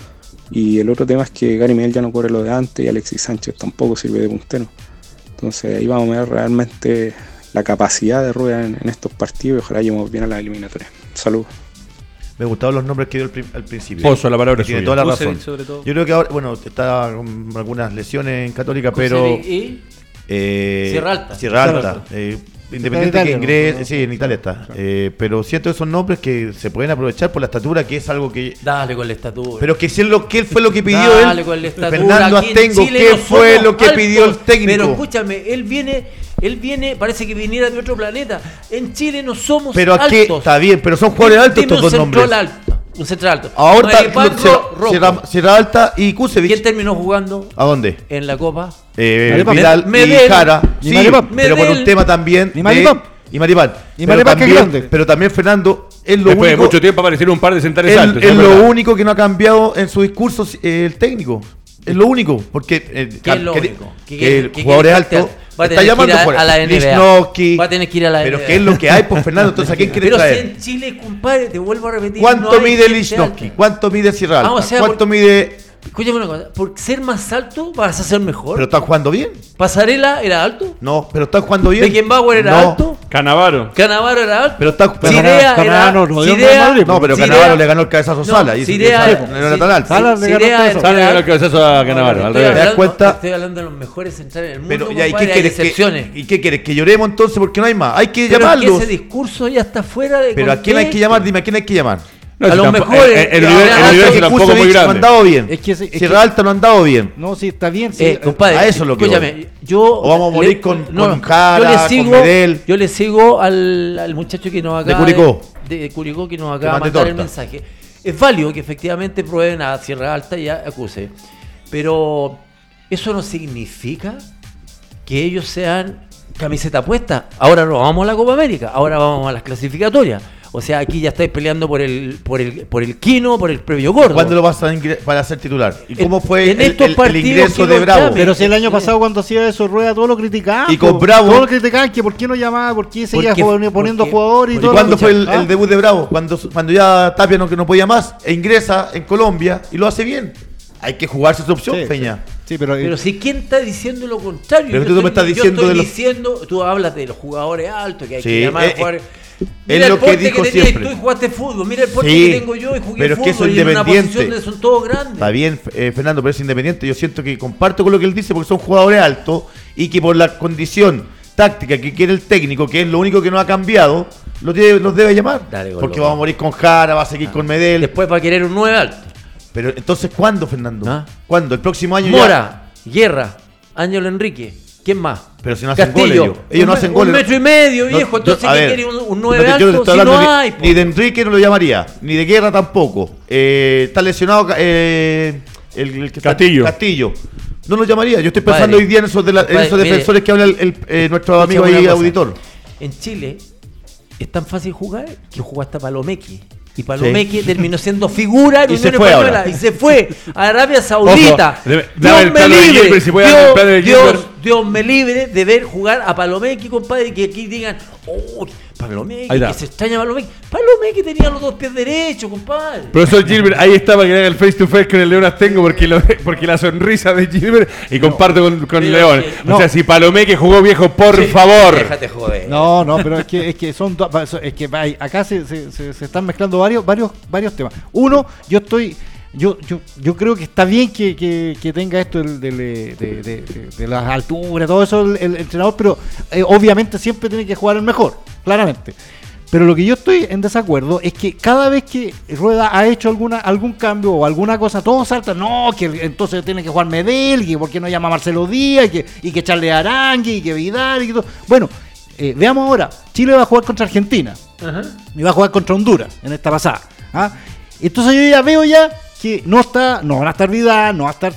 Y el otro tema es que Gary Medel ya no corre lo de antes y Alexis Sánchez tampoco sirve de puntero. Entonces ahí vamos a ver realmente la capacidad de Rueda en, en estos partidos y ojalá lleguemos bien a las eliminatorias. Saludos. Me gustaban los nombres que dio al, prim- al principio. Pozo, la palabra Y tiene suya. toda la Kusevich, razón. sobre todo. Yo creo que ahora, bueno, está con algunas lesiones en Católica, pero Y- eh, Sierra Alta. Sierra Sierra Alta. Alta. eh, independiente Está en que Italia, ingrese, ¿no? sí, en Italia está. Eh, pero siento esos nombres que se pueden aprovechar por la estatura, que es algo que. Dale con la estatura. Pero que si es lo que él fue lo que pidió Dale él. con la estatura. Fernando Aquí en Astengo, Chile ¿qué no fue somos lo que pidió el altos. técnico? Pero escúchame, él viene, él viene, parece que viniera de otro planeta. En Chile no somos Pero aquí altos. está bien, pero son jugadores altos Dime estos dos un nombres. central alto, un central alto. Ahora Maripán está Sierra, Ro- Rocco. Sierra- Sierra Alta y Kusevich. ¿Quién terminó jugando ¿A dónde? en la Copa? Eh, Maripán. Vidal Medel. y Jara. Ni Sí, Maripán. pero por Medel. un tema también Ni de Maripán. Y Maripán. Y pero, Maripán que es también, grande. pero también Fernando es lo Después único. de mucho tiempo aparecieron un par de centrales Es, altos. es es lo verdad. único que no ha cambiado en su discurso eh, el técnico. Es lo único. Porque eh, ¿Qué es lo que- único? ¿Qué- que qué- el qué jugador es quiere alto. plantear? Va a Está tener que llamando ir a- por a la N B A. Lichnowsky. Va a tener que ir a la Pero N B A. ¿qué es lo que hay, pues Fernando? Entonces, ¿a quién quiere Pero si traer? en Chile, compadre, te vuelvo a repetir. ¿Cuánto no hay mide gente Lichnowsky? alta. ¿Cuánto mide Sierra Alta? Ah, o sea, ¿Cuánto por- mide? Escúchame una cosa, por ser más alto vas a ser mejor. Pero están jugando bien. Pasarela era alto, No, pero están jugando bien. Beckenbauer era No, alto, Canavaro. Canavaro era alto, Pero está. pero- Cirea Canavaro era no dio Cirea- Real Madrid, No, pero Cirea- Canavaro le ganó el cabezazo No, a Sala. Y Cirea- esa- no era tan alto. Sala le ganó Cirea el era- Sale era- el cabezazo a Canavaro, al Estoy revés. ¿Te das hablando- cuenta? Estoy hablando de los mejores centrales del mundo, Pero, ya, ¿y compadre, qué hay quieres excepciones. que, ¿y qué quieres? ¿Que lloremos entonces porque no hay más? Hay que Pero es que llamarlos. ese discurso ya está fuera de Pero ¿a quién hay que contexto. llamar? Dime, ¿a quién hay que llamar? No, A si lo tampoco- mejor el, es- el ya, nivel, ya, el nivel ya, es tampoco muy Kusevich no ha grande. andado bien. Es que, es que- Sierra Alta no ha andado bien. No, sí, está bien. Sí. Eh, compadre, a eso es lo que escúchame, voy. yo O vamos a morir con- con Jara, yo le con sigo, Medel. Yo le sigo al, al muchacho que nos acaba De Curicó. de, de Curicó que nos Que acaba de mande mandar el torta. mensaje. Es válido que efectivamente prueben a Sierra Alta y a Acuse, pero eso no significa que ellos sean camiseta puesta. Ahora no vamos a la Copa América, ahora vamos a las clasificatorias. O sea, aquí ya estáis peleando por el por el por el Quino, por el premio gordo. ¿Cuándo lo vas a ingre- para ser titular? ¿Y cómo En- fue en el, estos el- el partidos ingreso que de lo Bravo? llamen. Pero si el año Sí. pasado cuando hacía eso Rueda todo lo criticaban. Y con po. Bravo- Todo lo criticaban, que por qué no llamaba, por qué seguía Porque- jugando- poniendo porque- jugadores y ¿Y todo. cuándo lo- fue el, ¿Ah? el debut de Bravo? Cuando, cuando ya Tapia no, que no podía más e ingresa en Colombia y lo hace bien. Hay que jugarse esa opción, Sí, Peña. Sí, pero, Pero si quién está diciendo lo contrario. Pero Yo tú me estoy- estás yo diciendo estoy de los- diciendo, tú hablas de los jugadores altos que hay Sí, que llamar eh, a jugar. eh, Mira es lo el que porte dijo tenías siempre. tú y jugaste fútbol. Mira el porte Sí, que tengo yo y jugué pero es fútbol. que eso y en una independiente. posición de son todos grandes. Está bien, eh, Fernando, pero es independiente. Yo siento que comparto con lo que él dice porque son jugadores altos y que por la condición táctica que quiere el técnico, que es lo único que no ha cambiado, los debe, los debe llamar. Dale, gol, porque loco. vamos a morir con Jara, va a seguir con Medel. Después va a querer un nueve alto. Pero entonces, ¿cuándo, Fernando? ¿Ah? ¿Cuándo? ¿El próximo año ya? Mora, Guerra, Ángelo Enrique. ¿Quién más? Pero si no hacen Castillo. goles, ellos. Ellos no Un hacen me- goles. Un metro y medio, No, viejo. yo- Entonces, a ¿qué ver, quiere? Un, un no nueve te- yo no te alto estoy si no hablando hay. ni, po. ni de Enrique no lo llamaría, ni de Guerra tampoco. Eh, está lesionado eh, el, el que está- Castillo. Castillo. No lo llamaría. Yo estoy pensando Padre. hoy día en esos, de la- en Padre, esos mire. defensores que habla el, el, eh, nuestro amigo Escucha ahí, una cosa. auditor. En Chile es tan fácil jugar que jugó hasta Palomeque. Y Palomeque terminó siendo figura en Y se Unión fue Española. ahora. Y se fue a Arabia Saudita. Ojo, debe- dame Dios el me plano de libre. Gilbert, si puede darme el plano de Dios, Gilbert. Dios, Dios me libre de ver jugar a Palomeque, compadre. Y que aquí digan, oh, Palomeque, Ahí está. que se extraña Palomeque. Palomeque tenía los dos pies derechos, compadre. Profesor Gilbert, ahí estaba que haga el face to face con el León Astengo porque, lo- porque la sonrisa de Gilbert y comparto con, con Pero León. que- O no. sea, si Palomé que jugó viejo, por Sí, favor. Déjate joder. No, no, pero es que, es que son do- es que hay- acá se, se, se- se están mezclando varios, varios, varios temas. Uno, yo estoy, yo, yo, yo creo que está bien que, que, que tenga esto del- del, eh, de, de, de- de las alturas, todo eso el, el entrenador, pero eh, obviamente siempre tiene que jugar el mejor, claramente. Pero lo que yo estoy en desacuerdo es que cada vez que Rueda ha hecho alguna algún cambio o alguna cosa, todos saltan, no, que entonces tiene que jugar Medel, que por qué no llama a Marcelo Díaz, y que, y que echarle Arangui, y que Vidal, y que todo. Bueno, eh, veamos ahora, Chile va a jugar contra Argentina, Ajá. y va a jugar contra Honduras en esta pasada. ¿Ah? Entonces yo ya veo ya que no está, no van a estar Vidal, no va a estar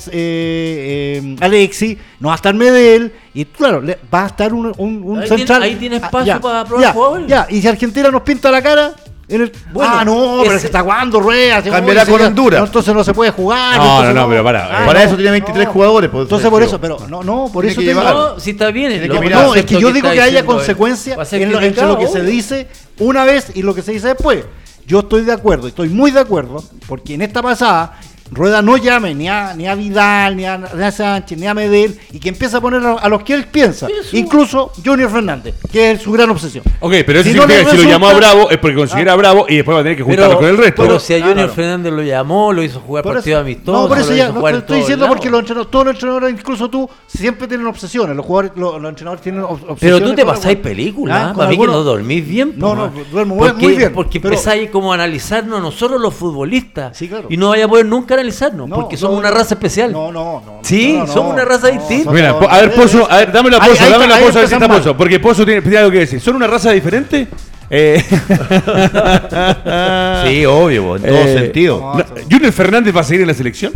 eh, eh, Alexis, no va a estar Medel, y claro, le- va a estar un, un, un Ahí central. tiene- ahí tiene Ah, espacio ya, para probar ya, jugadores. ya, y si Argentina nos pinta la cara, en el, Bueno, ah, no, pero ese- es que está jugando Rueda, se Cambiará se- con se- Honduras. no, entonces no se puede jugar. No, entonces no, no, pero pará, Ah, Para no, eso tiene veintitrés no. jugadores. pues, Entonces por Sergio. eso, pero no, no, por Tiene eso que te digo- llevar. No, si está bien. Tiene lo- que no, mirar. no, es que yo está digo que haya diciendo él. consecuencia Va a ser en lo, entre lo que se criticado. dice una vez y lo que se dice después. Yo estoy de acuerdo, estoy muy de acuerdo, porque en esta pasada Rueda no llame ni a, ni a Vidal, ni a, ni a Sánchez, ni a Medel, y que empieza a poner a, a los que él piensa, Eso. incluso Junior Fernández, que es su gran obsesión. Ok, pero eso Si no significa le que si lo resulta- llamó a Bravo es porque considera a Bravo y después va a tener que juntarlo con el resto. Pero si a Ah, Junior claro. Fernández lo llamó, lo hizo jugar Por partidos eso- amistosos. no, por eso lo ya, hizo no, jugar te en estoy todos diciendo lados. porque los entrenadores, todos los entrenadores, incluso tú, siempre tienen obsesiones. Los jugadores, los, los entrenadores tienen ob- obsesiones. Pero tú te con pasáis algo. películas, Ah, ¿eh? con Para mí que algunos- no dormís bien. No, po, no, man. duermo muy- porque, muy bien, Porque pero- empezáis como a analizarnos nosotros los futbolistas. Sí, claro. Y no vaya a poder nunca analizarnos, No, porque no, somos una no. raza especial. No, no, no. Sí, no, no, somos una raza no, distinta. son- Mira, po- a ver, Pozo, a ver, dame la Ahí- Pozo, ahí dame la está- ahí Pozo a ver si está empezamos Pozo. Porque Pozo tiene, tiene algo que decir. ¿Son una raza diferente? Eh, Sí, obvio, en todo eh, sentido. no, ¿Junior Fernández va a seguir en la selección?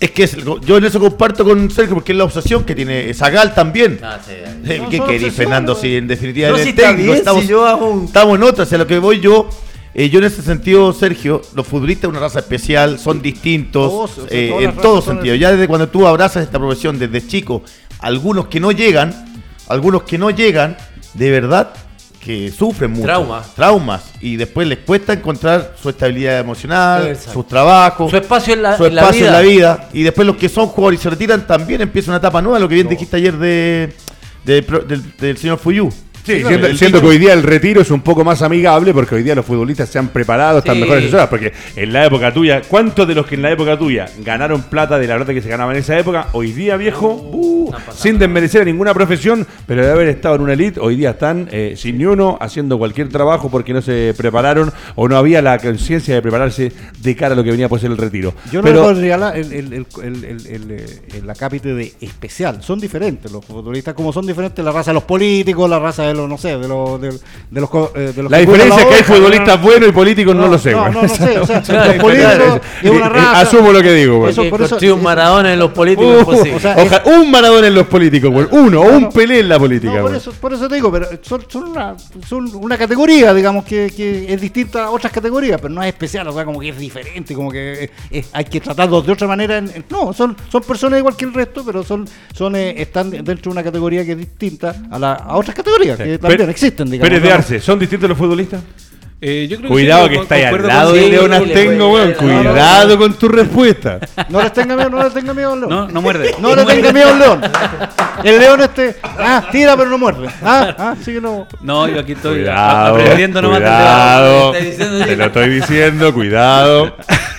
Es que es, yo en eso comparto con Sergio, porque es la obsesión que tiene Zagal también. Ah, sí, Eh, No, ¿Qué son querís, obsesiones, Fernando? güey. Si en definitiva No, eres si está técnico, bien, estamos, si yo hago un- estamos en otra. O sea, lo que voy yo, eh, yo en ese sentido, Sergio, los futbolistas son una raza especial, son distintos Todos, o sea, eh, todas en las todo razas son sentido. así. Ya desde cuando tú abrazas esta profesión desde chico, algunos que no llegan, algunos que no llegan, de verdad que sufren mucho. Traumas. Traumas. Y después les cuesta encontrar su estabilidad emocional, Exacto. sus trabajos, Su espacio en la, su en la espacio vida. en la vida. Y después los que son jugadores y se retiran también empieza una etapa nueva, lo que bien dijiste ayer de, de- del, del señor Fuyú. Sí, claro, siendo, el siendo dicho- que hoy día el retiro es un poco más amigable porque hoy día los futbolistas se han preparado, están Sí. mejor asesorados. Porque en la época tuya, ¿cuántos de los que en la época tuya ganaron plata de la plata que se ganaba en esa época? Hoy día, viejo, uh, están pasando. sin desmerecer a ninguna profesión, pero de haber estado en una elite, hoy día están eh, sin ni uno haciendo cualquier trabajo porque no se prepararon o no había la conciencia de prepararse de cara a lo que venía por ser el retiro. Yo no pero, le pondría la, el, el, el, el, el, el, eh, el acápite de especial. Son diferentes los futbolistas, como son diferentes la raza de los políticos, la raza de los, no sé, de los... De, de los, co- eh, de los la que diferencia es cuidan que hay oveja, futbolistas ¿no? buenos y políticos no, No, lo sé. no, güey. no, no sé, o sea, Claro, los políticos claro, es una eh, raza. Asumo lo que digo, güey. Eso, Hay que por eso- construir un Maradona en los políticos Uh, imposible. o sea, Oja- un Maradona en los políticos, güey. Uno, o un Pelé en la política, No, por güey. eso, por eso te digo, pero son, son, una, son una categoría, digamos, que, que es distinta a otras categorías, pero no es especial, o sea, como que es diferente, como que eh, hay que tratarlos de otra manera. en- en- no, son, son personas igual que el resto, pero son, son eh, están dentro de una categoría que es distinta a, la, a otras categorías que también Pérez- existen, digamos. Pérez de ¿no? Arce, ¿son distintos los futbolistas? Eh, yo creo Cuidado sí, que con- está ahí al concuerdo lado con- de sí, León le Astengo, puede- weón. no, no, Cuidado con tu respuesta. No les tenga miedo, no les tenga miedo al león. No, no muerde. No le tenga miedo al león. El león este, ah, tira pero no muerde. Ah, ah, sí que no. No, yo aquí estoy Cuidado, aprendiendo nomás del cuidado. Está diciendo- Te lo estoy diciendo, cuidado.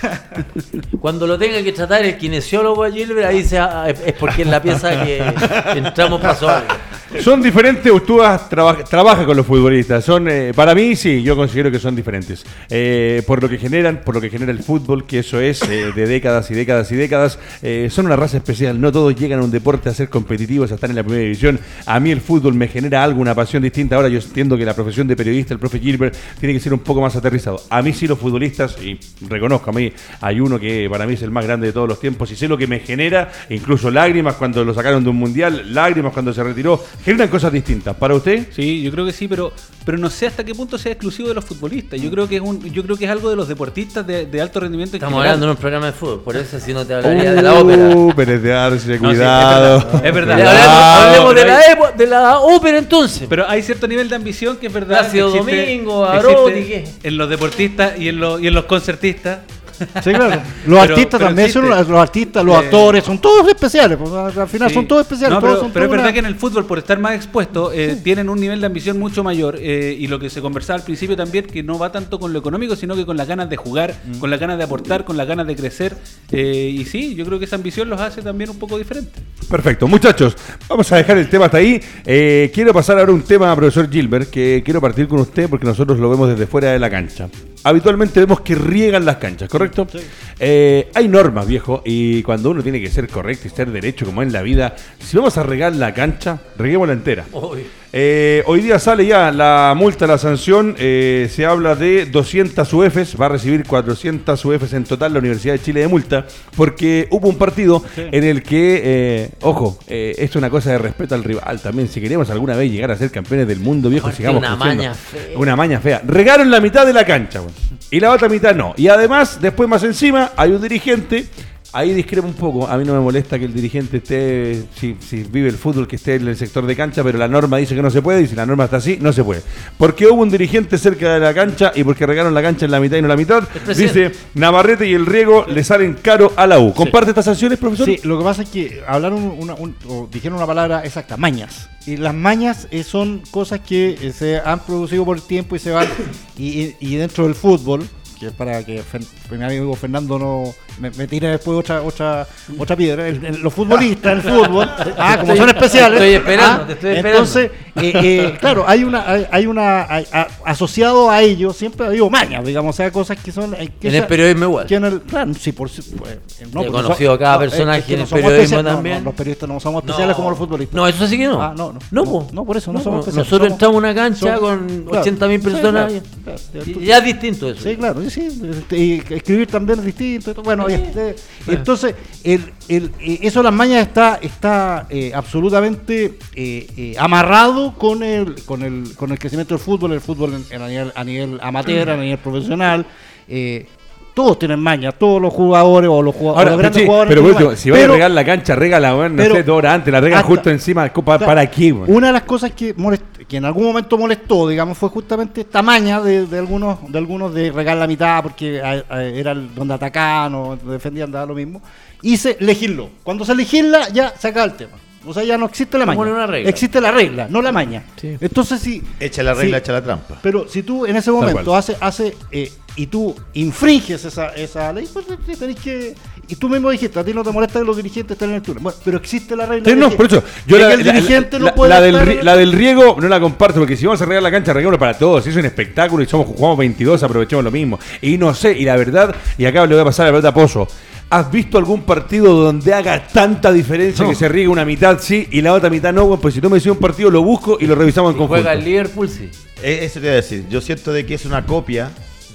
Cuando lo tenga que tratar el kinesiólogo a Gilbert, ahí sea, es porque en la pieza que entramos pasó algo. ¿Son diferentes o tú has traba- trabajas con los futbolistas? Son, eh, para mí, sí, yo considero que son diferentes. Eh, por lo que generan, por lo que genera el fútbol, que eso es eh, de décadas y décadas y décadas. Eh, son una raza especial. No todos llegan a un deporte a ser competitivos, a estar en la primera división. A mí el fútbol me genera algo, una pasión distinta. Ahora yo entiendo que la profesión de periodista, el profe Gilbert, tiene que ser un poco más aterrizado. A mí sí los futbolistas, y reconozco, a mí hay uno que para mí es el más grande de todos los tiempos y sé lo que me genera, incluso lágrimas cuando lo sacaron de un mundial, lágrimas cuando se retiró. Generan cosas distintas. ¿Para usted? Sí, yo creo que sí, pero pero no sé hasta qué punto sea exclusivo de los futbolistas. Yo creo que es un yo creo que es algo de los deportistas de, de alto rendimiento en Estamos general. hablando en un programa de fútbol, por eso si no te hablaría de la ópera. Uh, Pérez de Arce, No, sí, cuidado. es verdad, es verdad. Ya, Cuidado. hablemos de la, epo- de la ópera entonces. Pero hay cierto nivel de ambición que es verdad. Plácido que existe- Domingo, que Arotti, existe ¿qué? en los deportistas y en los y en los concertistas. Sí, claro. Los Pero- artistas pero también son existe. los artistas, los Eh, actores, son todos especiales. Pues, al final Sí. son todos especiales. No, todos pero, son pero es toda verdad una- que en el fútbol, por estar más expuesto, eh, tienen un nivel de ambición mucho mayor. eh, y lo que se conversaba al principio también, que no va tanto con lo económico, sino que con las ganas de jugar, Mm. con las ganas de aportar, con las ganas de crecer. eh, y sí, yo creo que esa ambición los hace también un poco diferentes. Perfecto, muchachos, vamos a dejar el tema hasta ahí. Eh, quiero pasar ahora un tema, profesor Gilbert, que quiero partir con usted porque nosotros lo vemos desde fuera de la cancha. Habitualmente vemos que riegan las canchas, ¿correcto? Sí. Eh, hay normas, viejo, y cuando uno tiene que ser correcto y ser derecho como en la vida, si vamos a regar la cancha, reguémosla entera. Uy. Eh, hoy día sale ya la multa, la sanción, eh, se habla de doscientas U Fs, va a recibir cuatrocientas U Fs en total la Universidad de Chile de multa, porque hubo un partido en el que, eh, ojo, eh, esto es una cosa de respeto al rival también, si queremos alguna vez llegar a ser campeones del mundo, viejo, Aparte, sigamos una creciendo. maña fea. Una maña fea. Regaron la mitad de la cancha, güey, y la otra mitad no. Y además, después más encima, hay un dirigente. Ahí discrepo un poco, a mí no me molesta que el dirigente esté, si, si vive el fútbol, que esté en el sector de cancha, pero la norma dice que no se puede, y si la norma está así, no se puede. Porque hubo un dirigente cerca de la cancha, y porque regaron la cancha en la mitad y no la mitad, presidente. dice, Navarrete y el Riego le salen caro a la U. ¿Comparte estas sanciones, profesor? Sí, lo que pasa es que hablaron una, un- o dijeron una palabra exacta, mañas. Y las mañas eh, son cosas que eh, se han producido por el tiempo y se van. y, y- y dentro del fútbol, que es para que Fer- mi amigo Fernando no me, me tire después otra otra otra piedra. El- el- los futbolistas, el fútbol, ah, como Estoy- son especiales. estoy esperando, ah, te estoy esperando. Entonces, eh, eh, claro, hay una, hay, hay una hay, a, asociado a ello siempre ha habido maña, digamos, o sea, cosas que son. Eh, que en esa, el periodismo igual. Que en el, claro, sí, por pues, no, he conocido a cada no, personaje es que en no el somos periodismo especiales, también. No, no, los periodistas no somos especiales No. como los futbolistas. No, eso sí que no. Ah, no, no, no, no, po. no, por eso no, No, somos po. especiales. Nosotros somos- entramos a una cancha somos- con claro, ochenta mil sí, personas. claro, claro, y tú- ya es distinto eso. Sí, claro, sí, sí, y escribir también es distinto. y todo. Bueno, ya, eh, entonces, el, el, eh, eso de las mañas está, está eh, absolutamente eh, eh, amarrado con el, con el con el crecimiento del fútbol, el fútbol en- en a, nivel, a nivel amateur, a nivel profesional. Eh, todos tienen mañas, todos los jugadores o los, jugadores, Ahora, los grandes sí, jugadores. pero tienen bueno, mañas. si vas a Pero- regar la cancha, regala, bueno, no pero sé, dos horas antes, la regas hasta- justo encima. ¿Para, Claro, para qué? Bueno? Una de las cosas que molest- que en algún momento molestó, digamos, fue justamente esta maña de, de algunos de algunos de regar la mitad porque a- a- era el- donde atacaban o defendían, daba lo mismo. Y se legisló. Cuando se legisla, ya se acaba el tema. O sea, ya no existe la Como maña. en una regla. Existe la regla, no la maña. Sí. Entonces, si. Echa la regla, si- echa la trampa. Pero si tú en ese Tal momento cual. haces hace, eh, y tú infringes esa, esa ley, pues te- tenés que. Y tú mismo dijiste, a ti no te molesta que los dirigentes estén en el túnel. Bueno, pero existe la regla. Sí, de no, que- por eso. Yo de la, que el la- dirigente la- no puede la del, estar ri- en el- la del riego no la comparto, porque si vamos a regar la cancha, reguémosla para todos. Es un espectáculo y somos jugamos veintidós, aprovechemos lo mismo. Y no sé, y la verdad, y acá le voy a pasar a la pelota a Pozo. ¿Has visto algún partido donde haga tanta diferencia No. que se riegue una mitad sí y la otra mitad no? Bueno, pues si tú me decís un partido, lo busco y lo revisamos en Si conjunto. juega el Liverpool, sí. Eh, Eso te iba a decir. Yo siento de que es una copia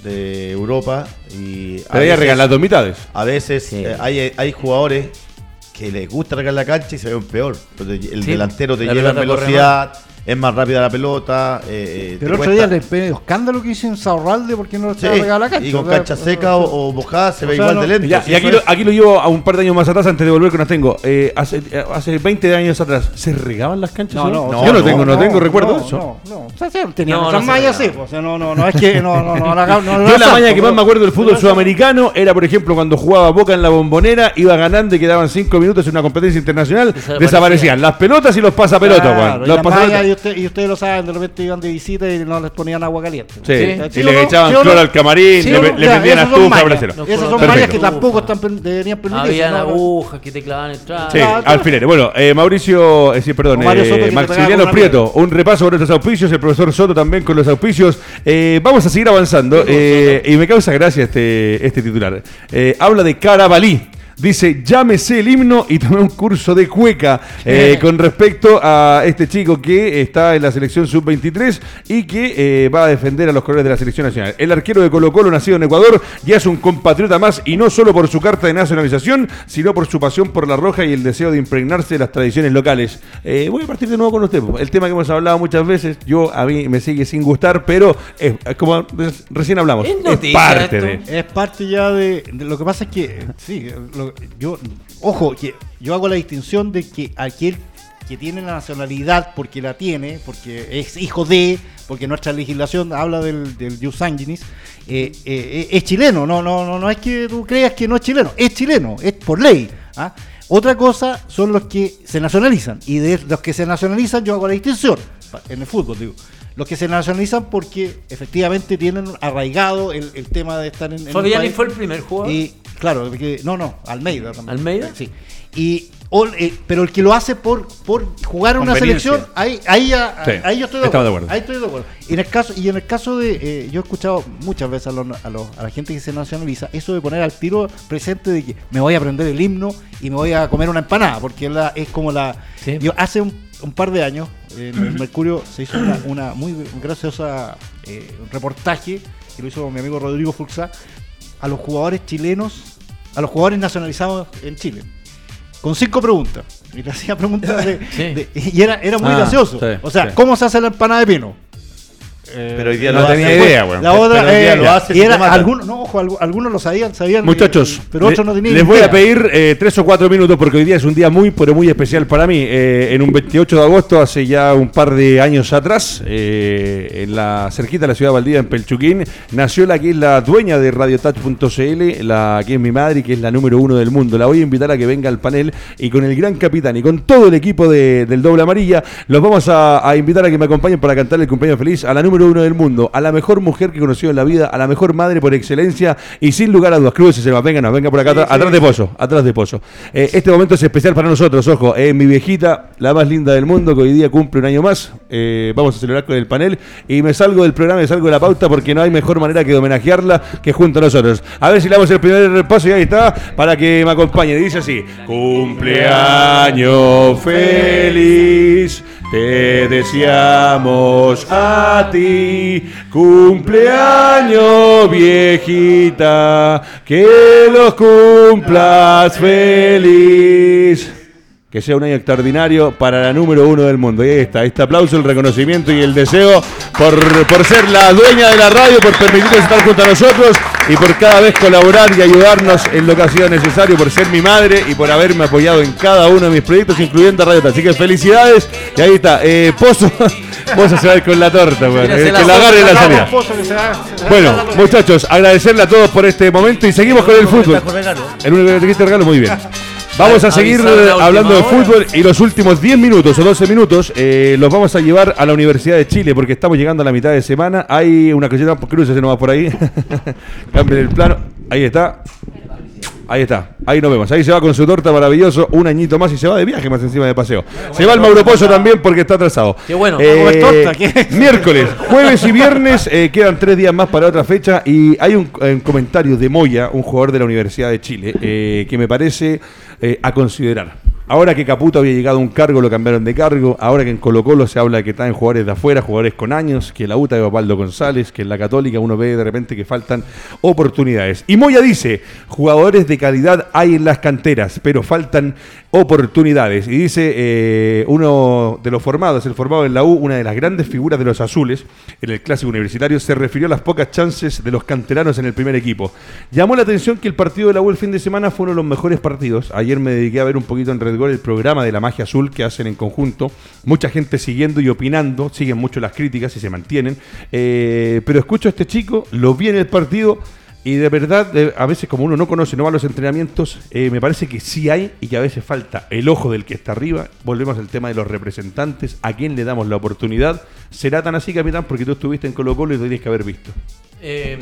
de Europa y a Pero ahí veces- regan las dos mitades. A veces Sí. eh, hay, hay jugadores que les gusta regar la cancha y se ven peor. Porque el Sí, delantero te la lleva en pelota corre velocidad, es más rápida la pelota. Eh, eh, Pero te el otro día cuesta- el medio escándalo que hizo en Saurralde porque no Sí, estaba regada la cancha. y con o sea, cancha seca o, o mojada se o ve sea, igual no- de lento. Ya, Si y aquí eso lo, es- aquí lo llevo a un par de años más atrás antes de volver que nos tengo. Eh, hace, eh, hace veinte años atrás, ¿se regaban las canchas? No, ¿sí? no, No, yo no, no, tengo, no, no, tengo recuerdo no, de eso. No, no, o sea, sí, tenían No, esas no se mallas, sí, regaba. o sea, no, no, no es que no, no, no, la- no, no, Yo la santo, maña que más no, me acuerdo del fútbol no, sudamericano era, por ejemplo, cuando jugaba Boca en la Bombonera, iba ganando y quedaban cinco minutos en una competencia internacional, Desaparecían. desaparecían las pelotas y los pasapelotas, Claro, weón. y Los las pasapelotas. mallas, y, usted- y ustedes lo saben, de repente iban de visita y no les ponían agua caliente. Sí, ¿Sí y o le no? echaban ¿Sí o cloro no? al camarín, ¿Sí le, o no? le Ya, prendían esas son estufa, mallas. brasero. No, Esas son Perfecto. mallas que tampoco están pen- deberían permitirse. Habían no, no. agujas que te clavaban el traje. Sí, Claro, alfileres. Bueno, eh, Mauricio, eh, sí, perdón, O Mario eh, Soto, que te Maximiliano pegaba con Prieto, un repaso por nuestros auspicios, el profesor Soto también con los auspicios. Eh, vamos a seguir avanzando eh, y me causa gracia este, este titular. Eh, habla de Carabalí. Dice, llámese el himno y tomé un curso de cueca eh, con respecto a este chico que está en la selección sub veintitrés y que eh, va a defender a los colores de la selección nacional. El arquero de Colo Colo, nacido en Ecuador, ya es un compatriota más y no solo por su carta de nacionalización, sino por su pasión por la roja y el deseo de impregnarse de las tradiciones locales. Eh, voy a partir de nuevo con usted. El tema que hemos hablado muchas veces, yo a mí me sigue sin gustar, pero es, es como recién hablamos, Es es noticia parte esto. de... Es parte ya de, de- lo que pasa es que sí, lo- yo ojo, que yo hago la distinción de que aquel que tiene la nacionalidad porque la tiene, porque es hijo de, porque nuestra legislación habla del del jus sanguinis, eh, eh, es chileno, no no no no es que tú creas que no es chileno, es chileno, es por ley, ¿ah? Otra cosa son los que se nacionalizan, y de los que se nacionalizan yo hago la distinción en el fútbol, digo. Los que se nacionalizan porque efectivamente tienen arraigado el, el tema de estar en, en un Fabiani país. fue el primer jugador. Y claro, porque, no, no, Almeida también. ¿Almeida? Sí. Y, o- eh, pero el que lo hace por, por jugar en una Conveniencia. selección, ahí, ahí, ya- Sí, ahí yo estoy de estamos acuerdo. de acuerdo. Ahí estoy de acuerdo. Y en el caso, y en el caso de, eh, yo he escuchado muchas veces a, los, a, los- a la gente que se nacionaliza, eso de poner al tiro presente de que me voy a aprender el himno y me voy a comer una empanada, porque es, la, es como la... Sí. Yo hace un, un par de años, en el Mercurio se hizo una, una muy graciosa eh, reportaje, que lo hizo mi amigo Rodrigo Fulxá, a los jugadores chilenos, a los jugadores nacionalizados en Chile, con cinco preguntas. Y le hacía preguntas de, Sí. de- y era, era muy Ah, gracioso. sí, o sea, sí. ¿cómo se hace la empanada de pino? Pero hoy día no lo tenía hace, idea, pues. weón. La otra, Pero hoy día eh, lo hace y y era, te matan. algunos, no, ojo, algu- algunos lo sabían, sabían, Muchachos, eh, pero otros no le- tenían les voy idea. a pedir eh, tres o cuatro minutos porque hoy día es un día muy, pero muy especial para mí. Eh, en un veintiocho de agosto, hace ya un par de años atrás, eh, en la cerquita de la ciudad de Valdivia, en Pelchuquín, nació la que es la dueña de radiotouch punto c l, la que es mi madre y que es la número uno del mundo. La voy a invitar a que venga al panel y con el gran capitán y con todo el equipo de- del Doble Amarilla, los vamos a, a invitar a que me acompañen para cantar el cumpleaños feliz a la número número uno del mundo, a la mejor mujer que he conocido en la vida, a la mejor madre por excelencia y sin lugar a dudas. Cruces, se va, venga, no, venga por acá, sí, atrás, sí. atrás de Pozo, atrás de Pozo. Eh, este momento es especial para nosotros, ojo, eh, mi viejita, la más linda del mundo, que hoy día cumple un año más. Eh, vamos a celebrar con el panel y me salgo del programa, me salgo de la pauta porque no hay mejor manera que de homenajearla que junto a nosotros. A ver si le damos el primer repaso y ahí está, para que me acompañe. Dice así: cumpleaños feliz, te deseamos a ti, cumpleaños viejita, que los cumplas feliz. Que sea un año extraordinario para la número uno del mundo. Y ahí está, este aplauso, el reconocimiento y el deseo por, por ser la dueña de la radio, por permitirnos estar junto a nosotros y por cada vez colaborar y ayudarnos en lo que ha sido necesario, por ser mi madre y por haberme apoyado en cada uno de mis proyectos, incluyendo Radio Tal. Así que felicidades. Y ahí está, eh, Pozo, Pozo se va a ir con la torta, bueno, eh, que la agarre la salida. Bueno, muchachos, agradecerle a todos por este momento y seguimos con el fútbol. El único que te regalo, muy bien. Vamos a seguir hablando de fútbol y los últimos diez minutos o doce minutos eh, los vamos a llevar a la Universidad de Chile porque estamos llegando a la mitad de semana. Hay una cosita, cruce se nos va por ahí. Cambien el plano. Ahí está. Ahí está, ahí nos vemos. Ahí se va con su torta maravilloso, un añito más y se va de viaje más encima de paseo. Se va el Mauro Pozo también porque está atrasado. Qué bueno, eh, comer torta. ¿Qué? Miércoles, jueves y viernes eh, quedan tres días más para otra fecha y hay un, un comentario de Moya, un jugador de la Universidad de Chile, eh, que me parece eh, a considerar. Ahora que Caputo había llegado a un cargo, lo cambiaron de cargo. Ahora que en Colo Colo se habla de que están jugadores de afuera, jugadores con años, que en la U T A de Osvaldo González, que en la Católica uno ve de repente que faltan oportunidades. Y Moya dice, jugadores de calidad hay en las canteras, pero faltan oportunidades. Y dice eh, uno de los formados, el formado en la U, una de las grandes figuras de los azules, en el clásico universitario, se refirió a las pocas chances de los canteranos en el primer equipo. Llamó la atención que el partido de la U el fin de semana fue uno de los mejores partidos. Ayer me dediqué a ver un poquito en Red el programa de la magia azul que hacen en conjunto, mucha gente siguiendo y opinando, siguen mucho las críticas y se mantienen, eh, pero escucho a este chico, lo vi en el partido y de verdad, eh, a veces como uno no conoce, no va a los entrenamientos, eh, me parece que sí hay y que a veces falta el ojo del que está arriba. Volvemos al tema de los representantes, a quién le damos la oportunidad. ¿Será tan así, capitán? Porque tú estuviste en Colo Colo y lo tienes que haber visto. Eh...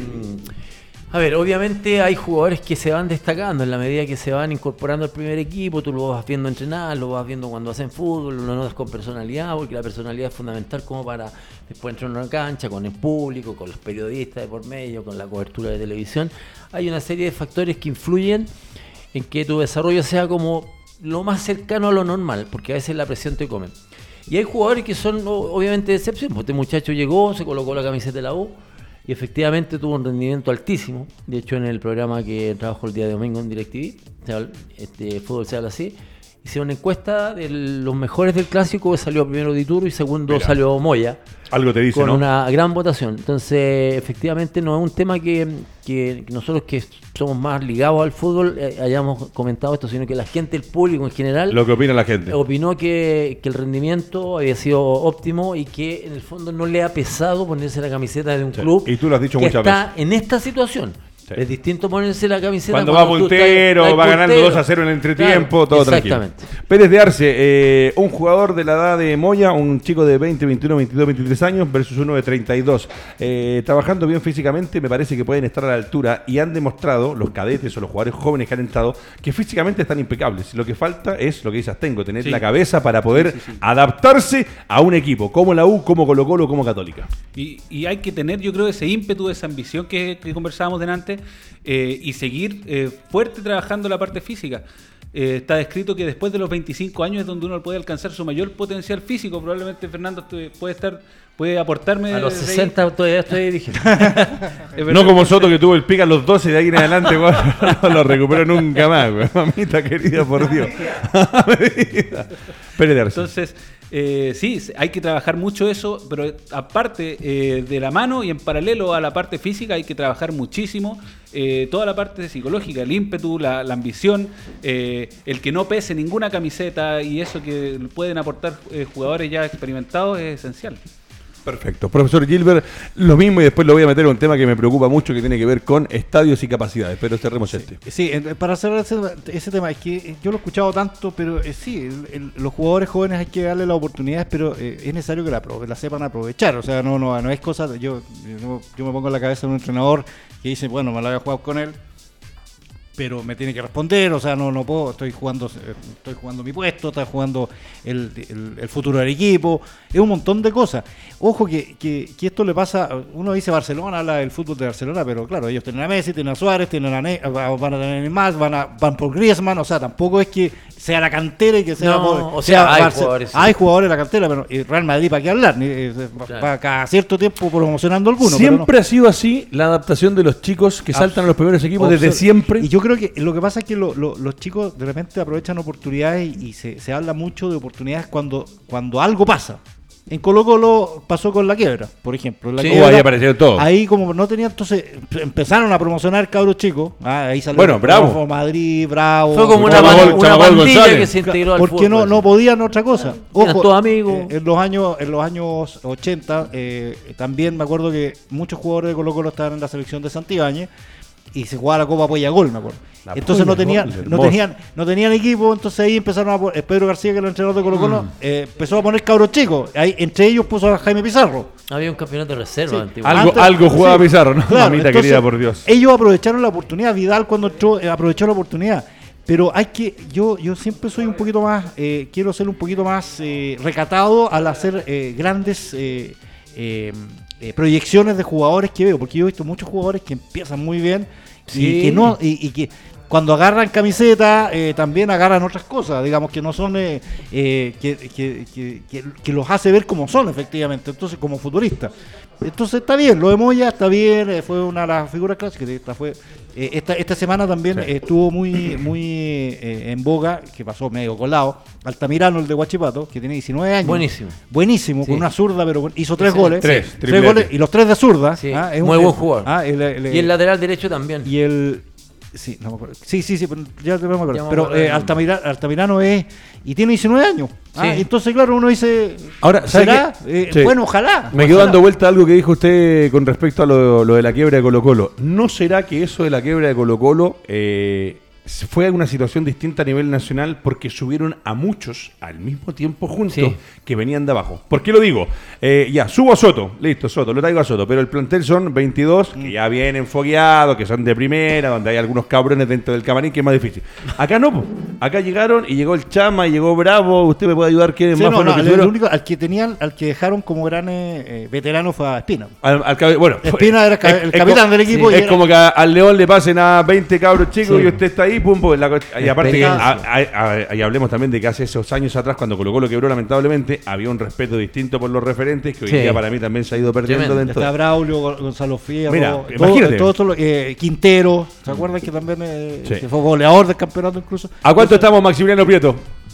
A ver, obviamente hay jugadores que se van destacando en la medida que se van incorporando al primer equipo, tú lo vas viendo entrenar, lo vas viendo cuando hacen fútbol, lo notas con personalidad, porque la personalidad es fundamental como para después entrar en una cancha, con el público, con los periodistas de por medio, con la cobertura de televisión. Hay una serie de factores que influyen en que tu desarrollo sea como lo más cercano a lo normal, porque a veces la presión te come. Y hay jugadores que son obviamente de excepción, porque este muchacho llegó, se colocó la camiseta de la U, y efectivamente tuvo un rendimiento altísimo. De hecho, en el programa que trabajo el día de domingo en DirecTV, este, Fútbol se habla así, hice una encuesta de los mejores del clásico, que salió primero Dituro y segundo Mira. salió Moya. Algo te dice, con ¿no? una gran votación. Entonces, efectivamente, no es un tema que, que, que nosotros que somos más ligados al fútbol eh, hayamos comentado esto, sino que la gente, el público en general... Lo que opina la gente. Opinó que, que el rendimiento había sido óptimo y que en el fondo no le ha pesado ponerse la camiseta de un sí. club y tú lo has dicho que muchas está veces. en esta situación. Sí. Es distinto ponerse la camiseta cuando, cuando va puntero, va puntero. ganando dos a cero en el entretiempo, claro, todo tranquilo. Pérez de Arce, eh, un jugador de la edad de Moya, un chico de veinte, veintiuno, veintidós, veintitrés años versus uno de treinta y dos. Eh, trabajando bien físicamente, me parece que pueden estar a la altura y han demostrado, los cadetes o los jugadores jóvenes que han entrado, que físicamente están impecables. Lo que falta es lo que dice Astengo, tener sí. la cabeza para poder sí, sí, sí. adaptarse a un equipo, como la U, como Colo Colo, como Católica. Y, y hay que tener, yo creo, ese ímpetu, esa ambición que, que conversábamos delante, eh, y seguir eh, fuerte trabajando la parte física. Eh, está descrito que después de los veinticinco años es donde uno puede alcanzar su mayor potencial físico. Probablemente Fernando puede estar puede aportarme. A los sesenta ahí. Todavía estoy dirigiendo. No como Soto, que tuvo el pica a los doce y de ahí en adelante bueno, no lo recuperó nunca más, güey. Mamita querida, por Dios. Entonces, eh, sí, hay que trabajar mucho eso, pero aparte eh, de la mano y en paralelo a la parte física hay que trabajar muchísimo eh, toda la parte psicológica, el ímpetu, la, la ambición, eh, el que no pese ninguna camiseta y eso que pueden aportar eh, jugadores ya experimentados es esencial. Perfecto. Profesor Gilbert, lo mismo y después lo voy a meter en un tema que me preocupa mucho que tiene que ver con estadios y capacidades, pero cerremos sí, este. Sí, para cerrar ese, ese tema, es que yo lo he escuchado tanto, pero eh, sí, el, el, los jugadores jóvenes hay que darle las oportunidades, pero eh, es necesario que la, la sepan aprovechar, o sea, no no no es cosa, de, yo, yo, yo me pongo en la cabeza de un entrenador que dice, bueno, me la voy a jugar con él, pero me tiene que responder, o sea, no no puedo, estoy jugando estoy jugando mi puesto, está jugando el, el, el futuro del equipo, es un montón de cosas. Ojo que, que, que esto le pasa, uno dice Barcelona, habla del fútbol de Barcelona, pero claro, ellos tienen a Messi, tienen a Suárez, tienen a ne van a tener más, van a van por Griezmann, o sea, tampoco es que sea la cantera y que sea, no, por, o sea, sea hay Barce jugadores, sí. hay jugadores de la cantera, pero el Real Madrid para qué hablar, ni, eh, claro. va cada cierto tiempo promocionando alguno. Siempre pero no. ha sido así la adaptación de los chicos que saltan a los primeros equipos desde siempre. Y yo creo que lo que pasa es que lo, lo, los chicos de repente aprovechan oportunidades y, y se, se habla mucho de oportunidades cuando, cuando algo pasa. En Colo Colo pasó con la quiebra, por ejemplo. La sí, quiebra, ahí apareció todo. Ahí como no tenía, entonces empezaron a promocionar cabros chicos. Ah, ahí salió bueno, Bravo. Madrid, Bravo. Fue como una, Chamagol, una Chamagol pandilla González. que se integró al Porque fútbol. no, no podían otra cosa. Ojo, Ojo, todos amigos. Eh, en los años en los años ochenta eh, también me acuerdo que muchos jugadores de Colo Colo estaban en la selección de Santibáñez y se jugaba la Copa Apoya Gol, me acuerdo. La entonces no tenían, Gol, no tenían, no tenían equipo, entonces ahí empezaron a poner, Pedro García, que era el entrenador de Colo Colo, mm. eh, empezó a poner cabros chicos. Ahí, entre ellos puso a Jaime Pizarro. Había un campeonato de reserva. Sí. Algo, Antes, algo jugaba sí, Pizarro, ¿no? Claro, Mamita entonces, querida, por Dios. Ellos aprovecharon la oportunidad. Vidal cuando entró eh, aprovechó la oportunidad. Pero hay que, yo, yo siempre soy un poquito más, eh, quiero ser un poquito más eh, recatado al hacer eh, grandes eh, eh, eh, proyecciones de jugadores que veo, porque yo he visto muchos jugadores que empiezan muy bien sí. y que no, y, y que cuando agarran camiseta eh, también agarran otras cosas, digamos que no son eh, eh, que, que, que, que, que los hace ver como son efectivamente, entonces como futuristas. Entonces está bien, lo de Moya está bien, eh, fue una de las figuras clásicas. Esta fue eh, esta esta semana también sí. eh, estuvo muy muy eh, en boga, que pasó medio colado, Altamirano, el de Huachipato, que tiene diecinueve años. Buenísimo. Buenísimo, sí. con una zurda, pero hizo tres sí, goles. Tres, tres goles y los tres de zurda. Sí. Ah, es muy un, buen jugador. Ah, el, el, el, y el lateral derecho también. Y el Sí, no me acuerdo. Sí, sí, sí, pero ya te me acuerdo. Ya me pero acuerdo eh, Altamira, Altamirano es y tiene diecinueve años. Sí. Ah, entonces, claro, uno dice, ahora, ¿será? Eh, sí. Bueno, ojalá. Me quedo dando vuelta a algo que dijo usted con respecto a lo, lo de la quiebra de Colo Colo. ¿No será que eso de la quiebra de Colo Colo eh, fue una situación distinta a nivel nacional porque subieron a muchos al mismo tiempo juntos sí. que venían de abajo? ¿Por qué lo digo? Eh, ya, subo a Soto, listo, Soto, lo traigo a Soto, pero el plantel son veintidós que ya vienen fogueados, que son de primera, donde hay algunos cabrones dentro del camarín, que es más difícil. Acá no, acá llegaron y llegó el Chama, y llegó Bravo, usted me puede ayudar, ¿quién es sí, más no, bueno no, que el, el único al que tenían, al que dejaron como gran eh, veterano fue a Espina. Al, al, bueno, Espina era es, el capitán es, del equipo. Sí, y es era... como que a, al León le pasen a veinte cabros chicos sí. y usted está ahí, pum, pum, la, y aparte que, a, a, a, y hablemos también de que hace esos años atrás, cuando Colo Colo quebró lamentablemente, había un respeto distinto por los referentes que hoy sí. día para mí también se ha ido perdiendo. Tremendo. Dentro Está de... Braulio, Gonzalo Fierro, Mira, todo, imagínate. todo, todo, eh, Quintero, ¿se acuerdan que también eh, sí. que fue goleador del campeonato incluso? ¿A cuánto Entonces, estamos, Maximiliano Prieto?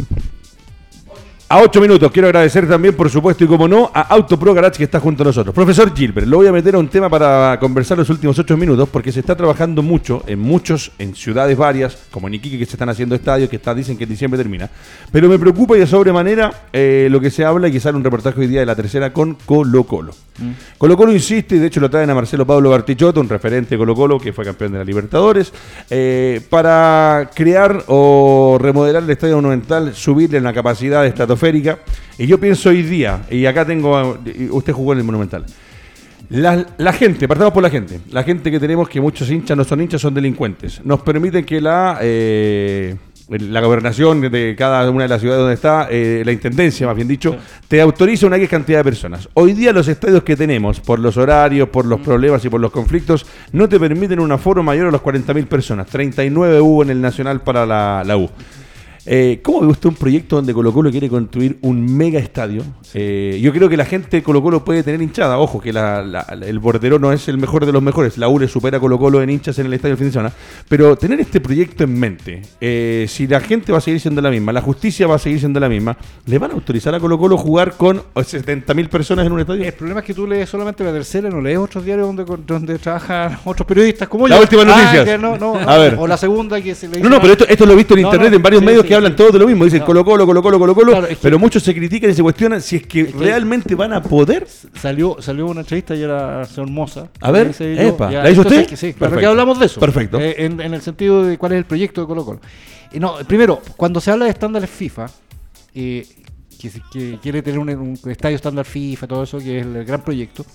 A ocho minutos. Quiero agradecer también, por supuesto, y como no, a Autopro Garage, que está junto a nosotros. Profesor Gilbert, lo voy a meter a un tema para conversar los últimos ocho minutos, porque se está trabajando mucho en muchos, en ciudades varias, como en Iquique, que se están haciendo estadios, que está, dicen que en diciembre termina. Pero me preocupa y de sobremanera eh, lo que se habla, y que sale un reportaje hoy día de La Tercera con Colo Colo. Mm. Colo Colo insiste, y de hecho lo traen a Marcelo Pablo Bartichotto, un referente de Colo Colo, que fue campeón de la Libertadores, eh, para crear o remodelar el Estadio Monumental, subirle la capacidad estratosférica. Y yo pienso hoy día, y acá tengo, usted jugó en el Monumental, la, la gente, partamos por la gente, la gente que tenemos, que muchos hinchas no son hinchas, son delincuentes, nos permiten que la eh, la gobernación de cada una de las ciudades donde está, eh, la intendencia más bien dicho, sí. te autoriza una X cantidad de personas. Hoy día los estadios que tenemos, por los horarios, por los mm. problemas y por los conflictos, no te permiten un aforo mayor a los cuarenta mil personas, treinta y nueve hubo en el Nacional para la, la U. Eh, ¿Cómo ve usted un proyecto donde Colo Colo quiere construir un mega estadio? Eh, yo creo que la gente de Colo Colo puede tener hinchada. Ojo, que la, la, el Bordero no es el mejor de los mejores. La U le supera a Colo Colo en hinchas en el estadio del fin de semana. Pero tener este proyecto en mente, eh, si la gente va a seguir siendo la misma, la justicia va a seguir siendo la misma, ¿le van a autorizar a Colo Colo jugar con setenta mil personas en un estadio? El problema es que tú lees solamente La Tercera, no lees otros diarios donde, donde trabajan otros periodistas como la yo. Última noticias. Ah, no, no, a ver. O la segunda que se le dice. No, no, pero esto, esto lo he visto en no, internet, no, en varios sí, medios sí. que que hablan todos de lo mismo, dicen No. Colo Colo, Colo Colo, Colo Colo, Claro, es que- pero muchos se critican y se cuestionan si es que Es que- realmente van a poder. Salió, salió una entrevista ayer al señor Moza. A ver, Dice yo, epa, ya, ¿la hizo entonces, usted? que sí, claro Perfecto. que hablamos de eso. Perfecto. Eh, en, en el sentido de cuál es el proyecto de Colo Colo. Y no, primero, cuando se habla de estándares FIFA, eh, que, se- que quiere tener un, un estadio estándar FIFA, todo eso, que es el gran proyecto,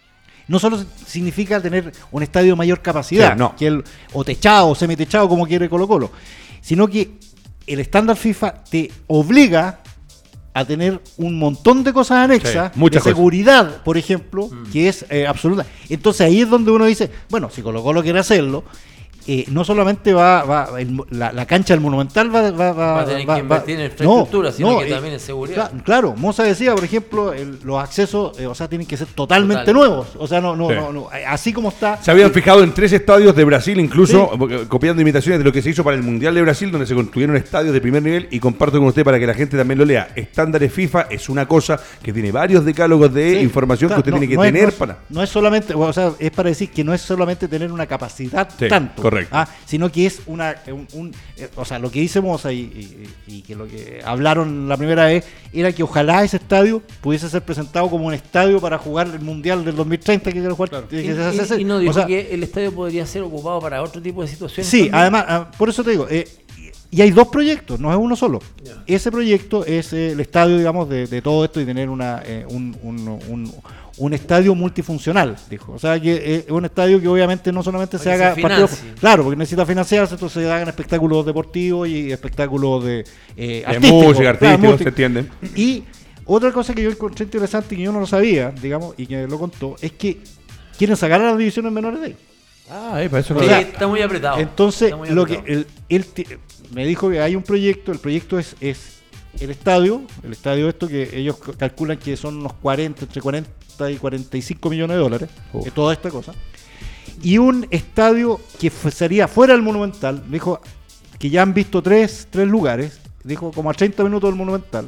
no solo significa tener un estadio de mayor capacidad, Sí, no. que el, o techado o semitechado como quiere Colo Colo, sino que el estándar FIFA te obliga a tener un montón de cosas anexas, Sí, muchas de cosas. seguridad, por ejemplo, que es eh, absoluta. Entonces ahí es donde uno dice, bueno, si Colo Colo quiere hacerlo, eh, no solamente va, va el- la, la cancha del Monumental va, va, Va a tener que invertir en infraestructura, sino que también en seguridad. cla- claro, Moza decía, por ejemplo, el- los accesos, eh, o sea, tienen que ser totalmente Total. nuevos. O sea, no, no, Sí. no, no, así como está. Se habían fijado en tres estadios de Brasil, incluso Sí. porque- copiando imitaciones de lo que se hizo para el Mundial de Brasil, donde se construyeron estadios de primer nivel. Y comparto con usted para que la gente también lo lea. Estándares FIFA es una cosa que tiene varios decálogos de Sí, información claro, que usted no- tiene que no es- tener no es, para. No es solamente, o sea, es para decir que no es solamente tener una capacidad Sí, tanto, correcto. ah, sino que es una, un, un- eh, o sea, lo que dice Moza y, y- y que lo que hablaron la primera vez era que ojalá ese estadio pudiese ser presentado como un estadio para jugar el Mundial del dos mil treinta que quiere jugar. que Y, se hace hacer. y- y no O dijo sea, que el estadio podría ser ocupado para otro tipo de situaciones. Sí, también. además, ah, por eso te digo, eh, y hay dos proyectos, no es uno solo. Ya. Ese proyecto es eh, el estadio, digamos, de, de todo esto y tener una, eh, un, un, un- un estadio multifuncional, dijo. O sea, que eh, es un estadio que obviamente no solamente se Para que haga se partidos- financie. claro, porque necesita financiarse, entonces se hagan espectáculos deportivos y espectáculos de, eh, De artísticos, música, claro, artísticos, multi- se entiende. Y otra cosa que yo encontré interesante y que yo no lo sabía, digamos, y que lo contó, es que quieren sacar a las divisiones menores de ahí. Ah, para eso Sí, o sea, está muy apretado. Entonces, Está muy lo que apretado. él, él ti- me dijo que hay un proyecto, el proyecto es, es el estadio, el estadio esto que ellos c- calculan que son unos cuarenta, entre cuarenta y cuarenta y cinco millones de dólares, Oh. de toda esta cosa. Y un estadio que fu- sería fuera del Monumental, dijo que ya han visto tres, tres lugares, dijo como a treinta minutos del Monumental,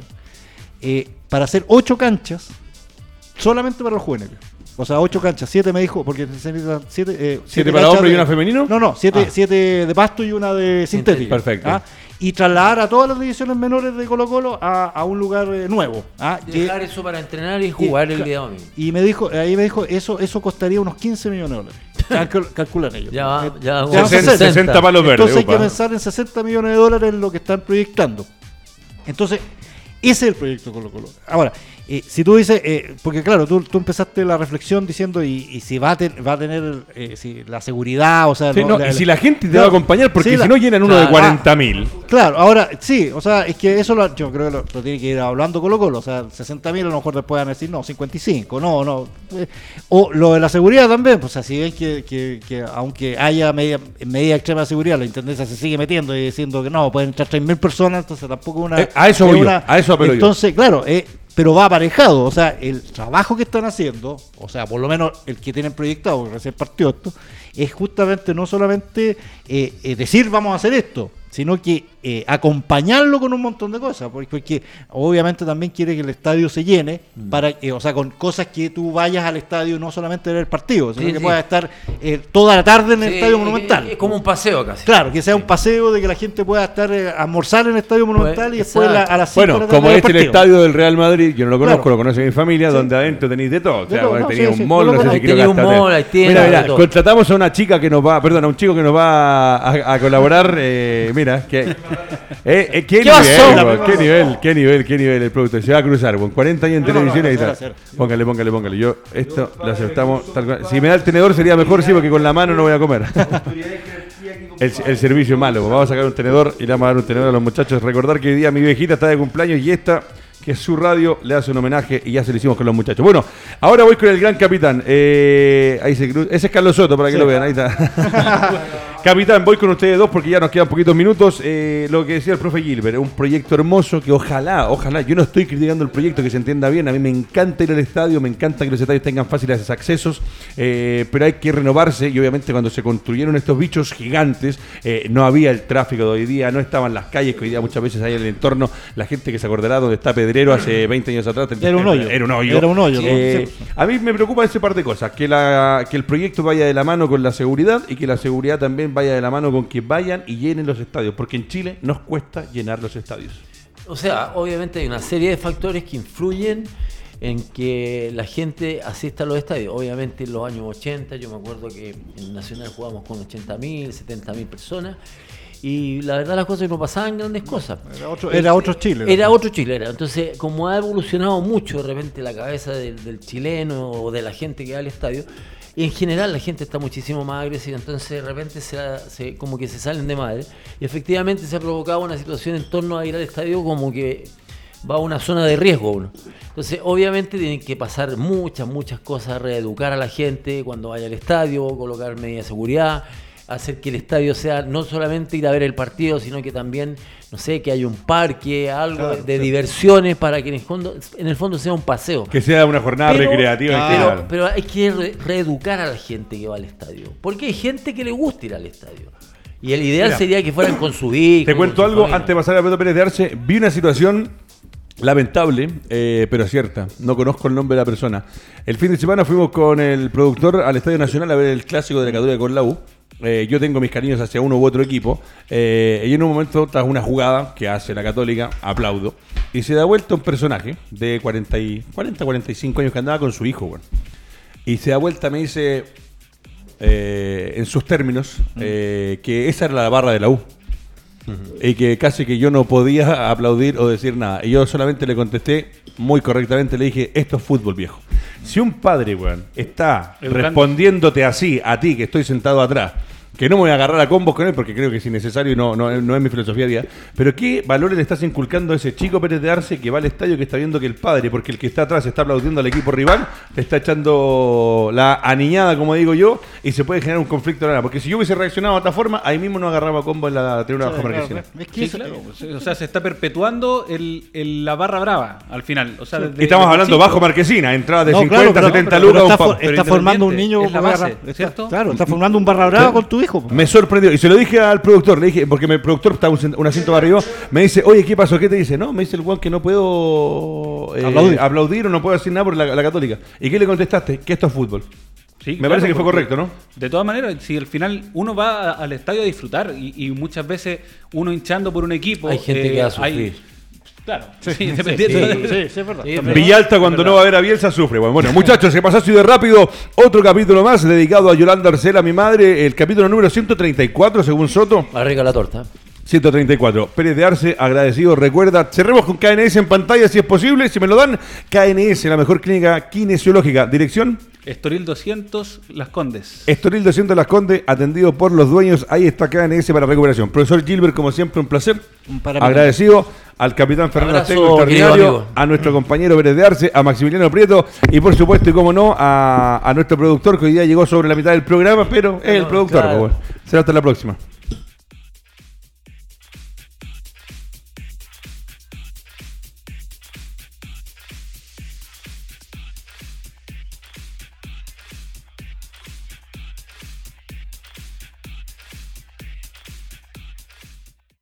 eh, para hacer ocho canchas solamente para los juveniles. O sea, ocho canchas, siete me dijo, porque se necesitan siete. eh, ¿Siete para canchas hombre y de- una femenino? No, no, siete, Ah. siete de pasto y una de sintética. Perfecto. ¿ah? Y trasladar a todas las divisiones menores de Colo Colo a, a un lugar eh, nuevo. ¿ah? Que- Dejar eso para entrenar y jugar el día domingo. y me dijo, ahí me dijo, eso eso costaría unos quince millones de dólares. Calcul- calculan ellos. Ya va- Eh, ya va van sesenta, sesenta. sesenta palos verdes. Entonces hay que upa. pensar en sesenta millones de dólares en lo que están proyectando. Entonces, ese es el proyecto Colo Colo. Ahora, eh, si tú dices, eh, porque claro, tú, tú empezaste la reflexión diciendo, y, y si va a, ten- va a tener eh, si la seguridad, o sea... Sí, no, y si la gente te Claro, va a acompañar, porque sí, si la- no llenan uno de Claro. cuarenta mil. Claro, ahora sí, o sea, es que eso lo, yo creo que lo, lo tiene que ir hablando Colo Colo, o sea, sesenta mil a lo mejor después van a decir, no, cincuenta y cinco, no, no. eh, o lo de la seguridad también, pues, o sea, si ven que, que, que aunque haya media, medida extrema de seguridad, la Intendencia se sigue metiendo y diciendo que no, pueden entrar tres mil personas, entonces tampoco es una... Eh, a eso es voy yo, una- a eso apelo yo. Entonces, claro, eh, pero va aparejado, o sea, el trabajo que están haciendo, o sea, por lo menos el que tienen proyectado, porque recién partió esto, es justamente no solamente eh, eh, decir vamos a hacer esto, sino que eh, acompañarlo con un montón de cosas, porque, porque obviamente también quiere que el estadio se llene, para eh, o sea, con cosas que tú vayas al estadio no solamente ver el partido, sino Sí, que sí. puedas estar eh, toda la tarde en el Sí, estadio es- Monumental. Es como un paseo casi. Claro, que sea un paseo de que la gente pueda estar eh, almorzar en el estadio Monumental y después la- a las cinco de Bueno, la tarde como ver este el partido. estadio del Real Madrid, yo no lo conozco, Claro. lo conoce mi familia, Sí. donde adentro tenéis de todo. O De sea, todo, no, tenía sí, un sí, mall, yo no lo sé si conozco. quiero Tenía un gastar. mall, hay tiendas, Mira, de mira, todo. contratamos a una chica que nos va, perdón, a un chico que nos va a, a colaborar. eh, mira, que, eh, eh, ¿qué, ¿Qué nivel, pasó? weón, qué nivel, qué nivel, qué nivel el producto. Se va a cruzar, con cuarenta años en No, no, no, televisión y hacer, tal. hacer. Póngale, póngale, póngale. Yo, esto lo aceptamos tal cual. Si me da el tenedor sería mejor, sí, porque con la mano no voy a comer. El, el servicio es malo. Vamos a sacar un tenedor y le vamos a dar un tenedor a los muchachos. Recordar que hoy día mi viejita está de cumpleaños y esta, que es su radio, le hace un homenaje y ya se lo hicimos con los muchachos. Bueno, ahora voy con el gran capitán. Eh, ahí se cruza. Ese es Carlos Soto, para que Sí. lo vean. Ahí está. Capitán, voy con ustedes dos porque ya nos quedan poquitos minutos. Eh, lo que decía el profe Gilbert, un proyecto hermoso que ojalá, ojalá, yo no estoy criticando el proyecto, que se entienda bien. A mí me encanta ir al estadio, me encanta que los estadios tengan fáciles accesos, eh, pero hay que renovarse y obviamente cuando se construyeron estos bichos gigantes, eh, no había el tráfico de hoy día, no estaban las calles que hoy día muchas veces hay en el entorno. La gente que se acordará donde está Pedrero hace veinte años atrás. Era un hoyo. Era un hoyo. Era un hoyo, ¿no? Eh, Sí. A mí me preocupa ese par de cosas, que, la, que el proyecto vaya de la mano con la seguridad y que la seguridad también vaya de la mano con que vayan y llenen los estadios, porque en Chile nos cuesta llenar los estadios. O sea, obviamente hay una serie de factores que influyen en que la gente asista a los estadios. Obviamente en los años ochenta, yo me acuerdo que en Nacional jugábamos con ochenta mil, setenta mil personas, y la verdad las cosas no pasaban grandes cosas. Era otro, era otro Chile. Era otro Chile. Era. Entonces, como ha evolucionado mucho de repente la cabeza del, del chileno o de la gente que va al estadio, y en general la gente está muchísimo más agresiva, entonces de repente se, se, como que se salen de madre, y efectivamente se ha provocado una situación en torno a ir al estadio como que va a una zona de riesgo uno. Entonces, obviamente tienen que pasar muchas, muchas cosas, reeducar a la gente cuando vaya al estadio, colocar medidas de seguridad, hacer que el estadio sea no solamente ir a ver el partido, sino que también, no sé, que haya un parque, algo claro, de sí. diversiones para que en el fondo, en el fondo sea un paseo. Que sea una jornada Pero- recreativa. Pero, claro. pero hay que re- reeducar a la gente que va al estadio, porque hay gente que le gusta ir al estadio. Y el ideal Mira, sería que fueran con su hijo. Te cuento con su algo, familia. antes de pasar a Pedro Pérez de Arce, vi una situación lamentable, eh, pero cierta. No conozco el nombre de la persona. El fin de semana fuimos con el productor al Estadio Nacional a ver el clásico de la Católica con la U. Eh, yo tengo mis cariños hacia uno u otro equipo. Eh, y en un momento, tras una jugada que hace la Católica, aplaudo. Y se da vuelta un personaje de cuarenta, cuarenta y cinco años que andaba con su hijo, bueno. Y se da vuelta, me dice, eh, en sus términos, eh, que esa era la barra de la U. Y que casi que yo no podía aplaudir o decir nada. Y yo solamente le contesté muy correctamente, le dije, esto es fútbol, viejo. Si un padre, weón, está Educando. respondiéndote así, a ti que estoy sentado atrás, que no me voy a agarrar a combos con él porque creo que es innecesario y no, no, no es mi filosofía día, pero ¿qué valores le estás inculcando a ese chico Pérez de Arce que va al estadio, que está viendo que el padre, porque el que está atrás está aplaudiendo al equipo rival, le está echando la aniñada, como digo yo, y se puede generar un conflicto de nada? Porque si yo hubiese reaccionado de otra forma, ahí mismo no agarraba combo en la tribuna bajo Marquesina. Es que Sí, eso- claro. O sea, se está perpetuando el, el- la barra brava al final. O sea, desde- Y estamos desde hablando chico. bajo Marquesina, entrada de No, cincuenta, claro, pero- setenta pero lucas. está, un for- pa- pero está formando un independiente, niño es la para base, agarrar. Está- ¿cierto? Claro, está formando un barra brava con tu hijo. po. Me sorprendió, y se lo dije al productor, le dije, porque el productor está un, un asiento más arriba, me dice, oye, ¿qué pasó? ¿Qué te dice? No, me dice el guan que no puedo eh, Aplaudir. aplaudir o no puedo decir nada por la, la Católica. ¿Y qué le contestaste? Que esto es fútbol. Sí, Me claro, parece que fue porque correcto, ¿no? De todas maneras, si al final uno va a- al estadio a disfrutar y, y muchas veces uno hinchando por un equipo. Hay gente que va a sufrir. Claro, Sí, sí, sí, dependiendo sí, de- sí, sí, es verdad. Sí, También. Villalta cuando no va a ver a Bielsa sufre. Bueno, bueno, muchachos, se pasó así de rápido. Otro capítulo más dedicado a Yolanda Arcela, mi madre. El capítulo número ciento treinta y cuatro, según Soto. Arriba la torta. ciento treinta y cuatro. Pérez de Arce, agradecido. Recuerda, cerremos con K N S en pantalla si es posible. Si me lo dan, K N S, la mejor clínica kinesiológica. Dirección, Estoril doscientos, Las Condes. Estoril doscientos Las Condes, atendido por los dueños. Ahí está K N S para recuperación. Profesor Gilbert, como siempre, un placer. Un para mí. Agradecido al capitán Fernando Abrazo, Astego, extraordinario, querido amigo. a nuestro compañero Pérez de Arce, a Maximiliano Prieto y por supuesto, y como no, a, a nuestro productor que hoy día llegó sobre la mitad del programa, pero es el No, productor. claro. Pues, bueno. Será hasta la próxima.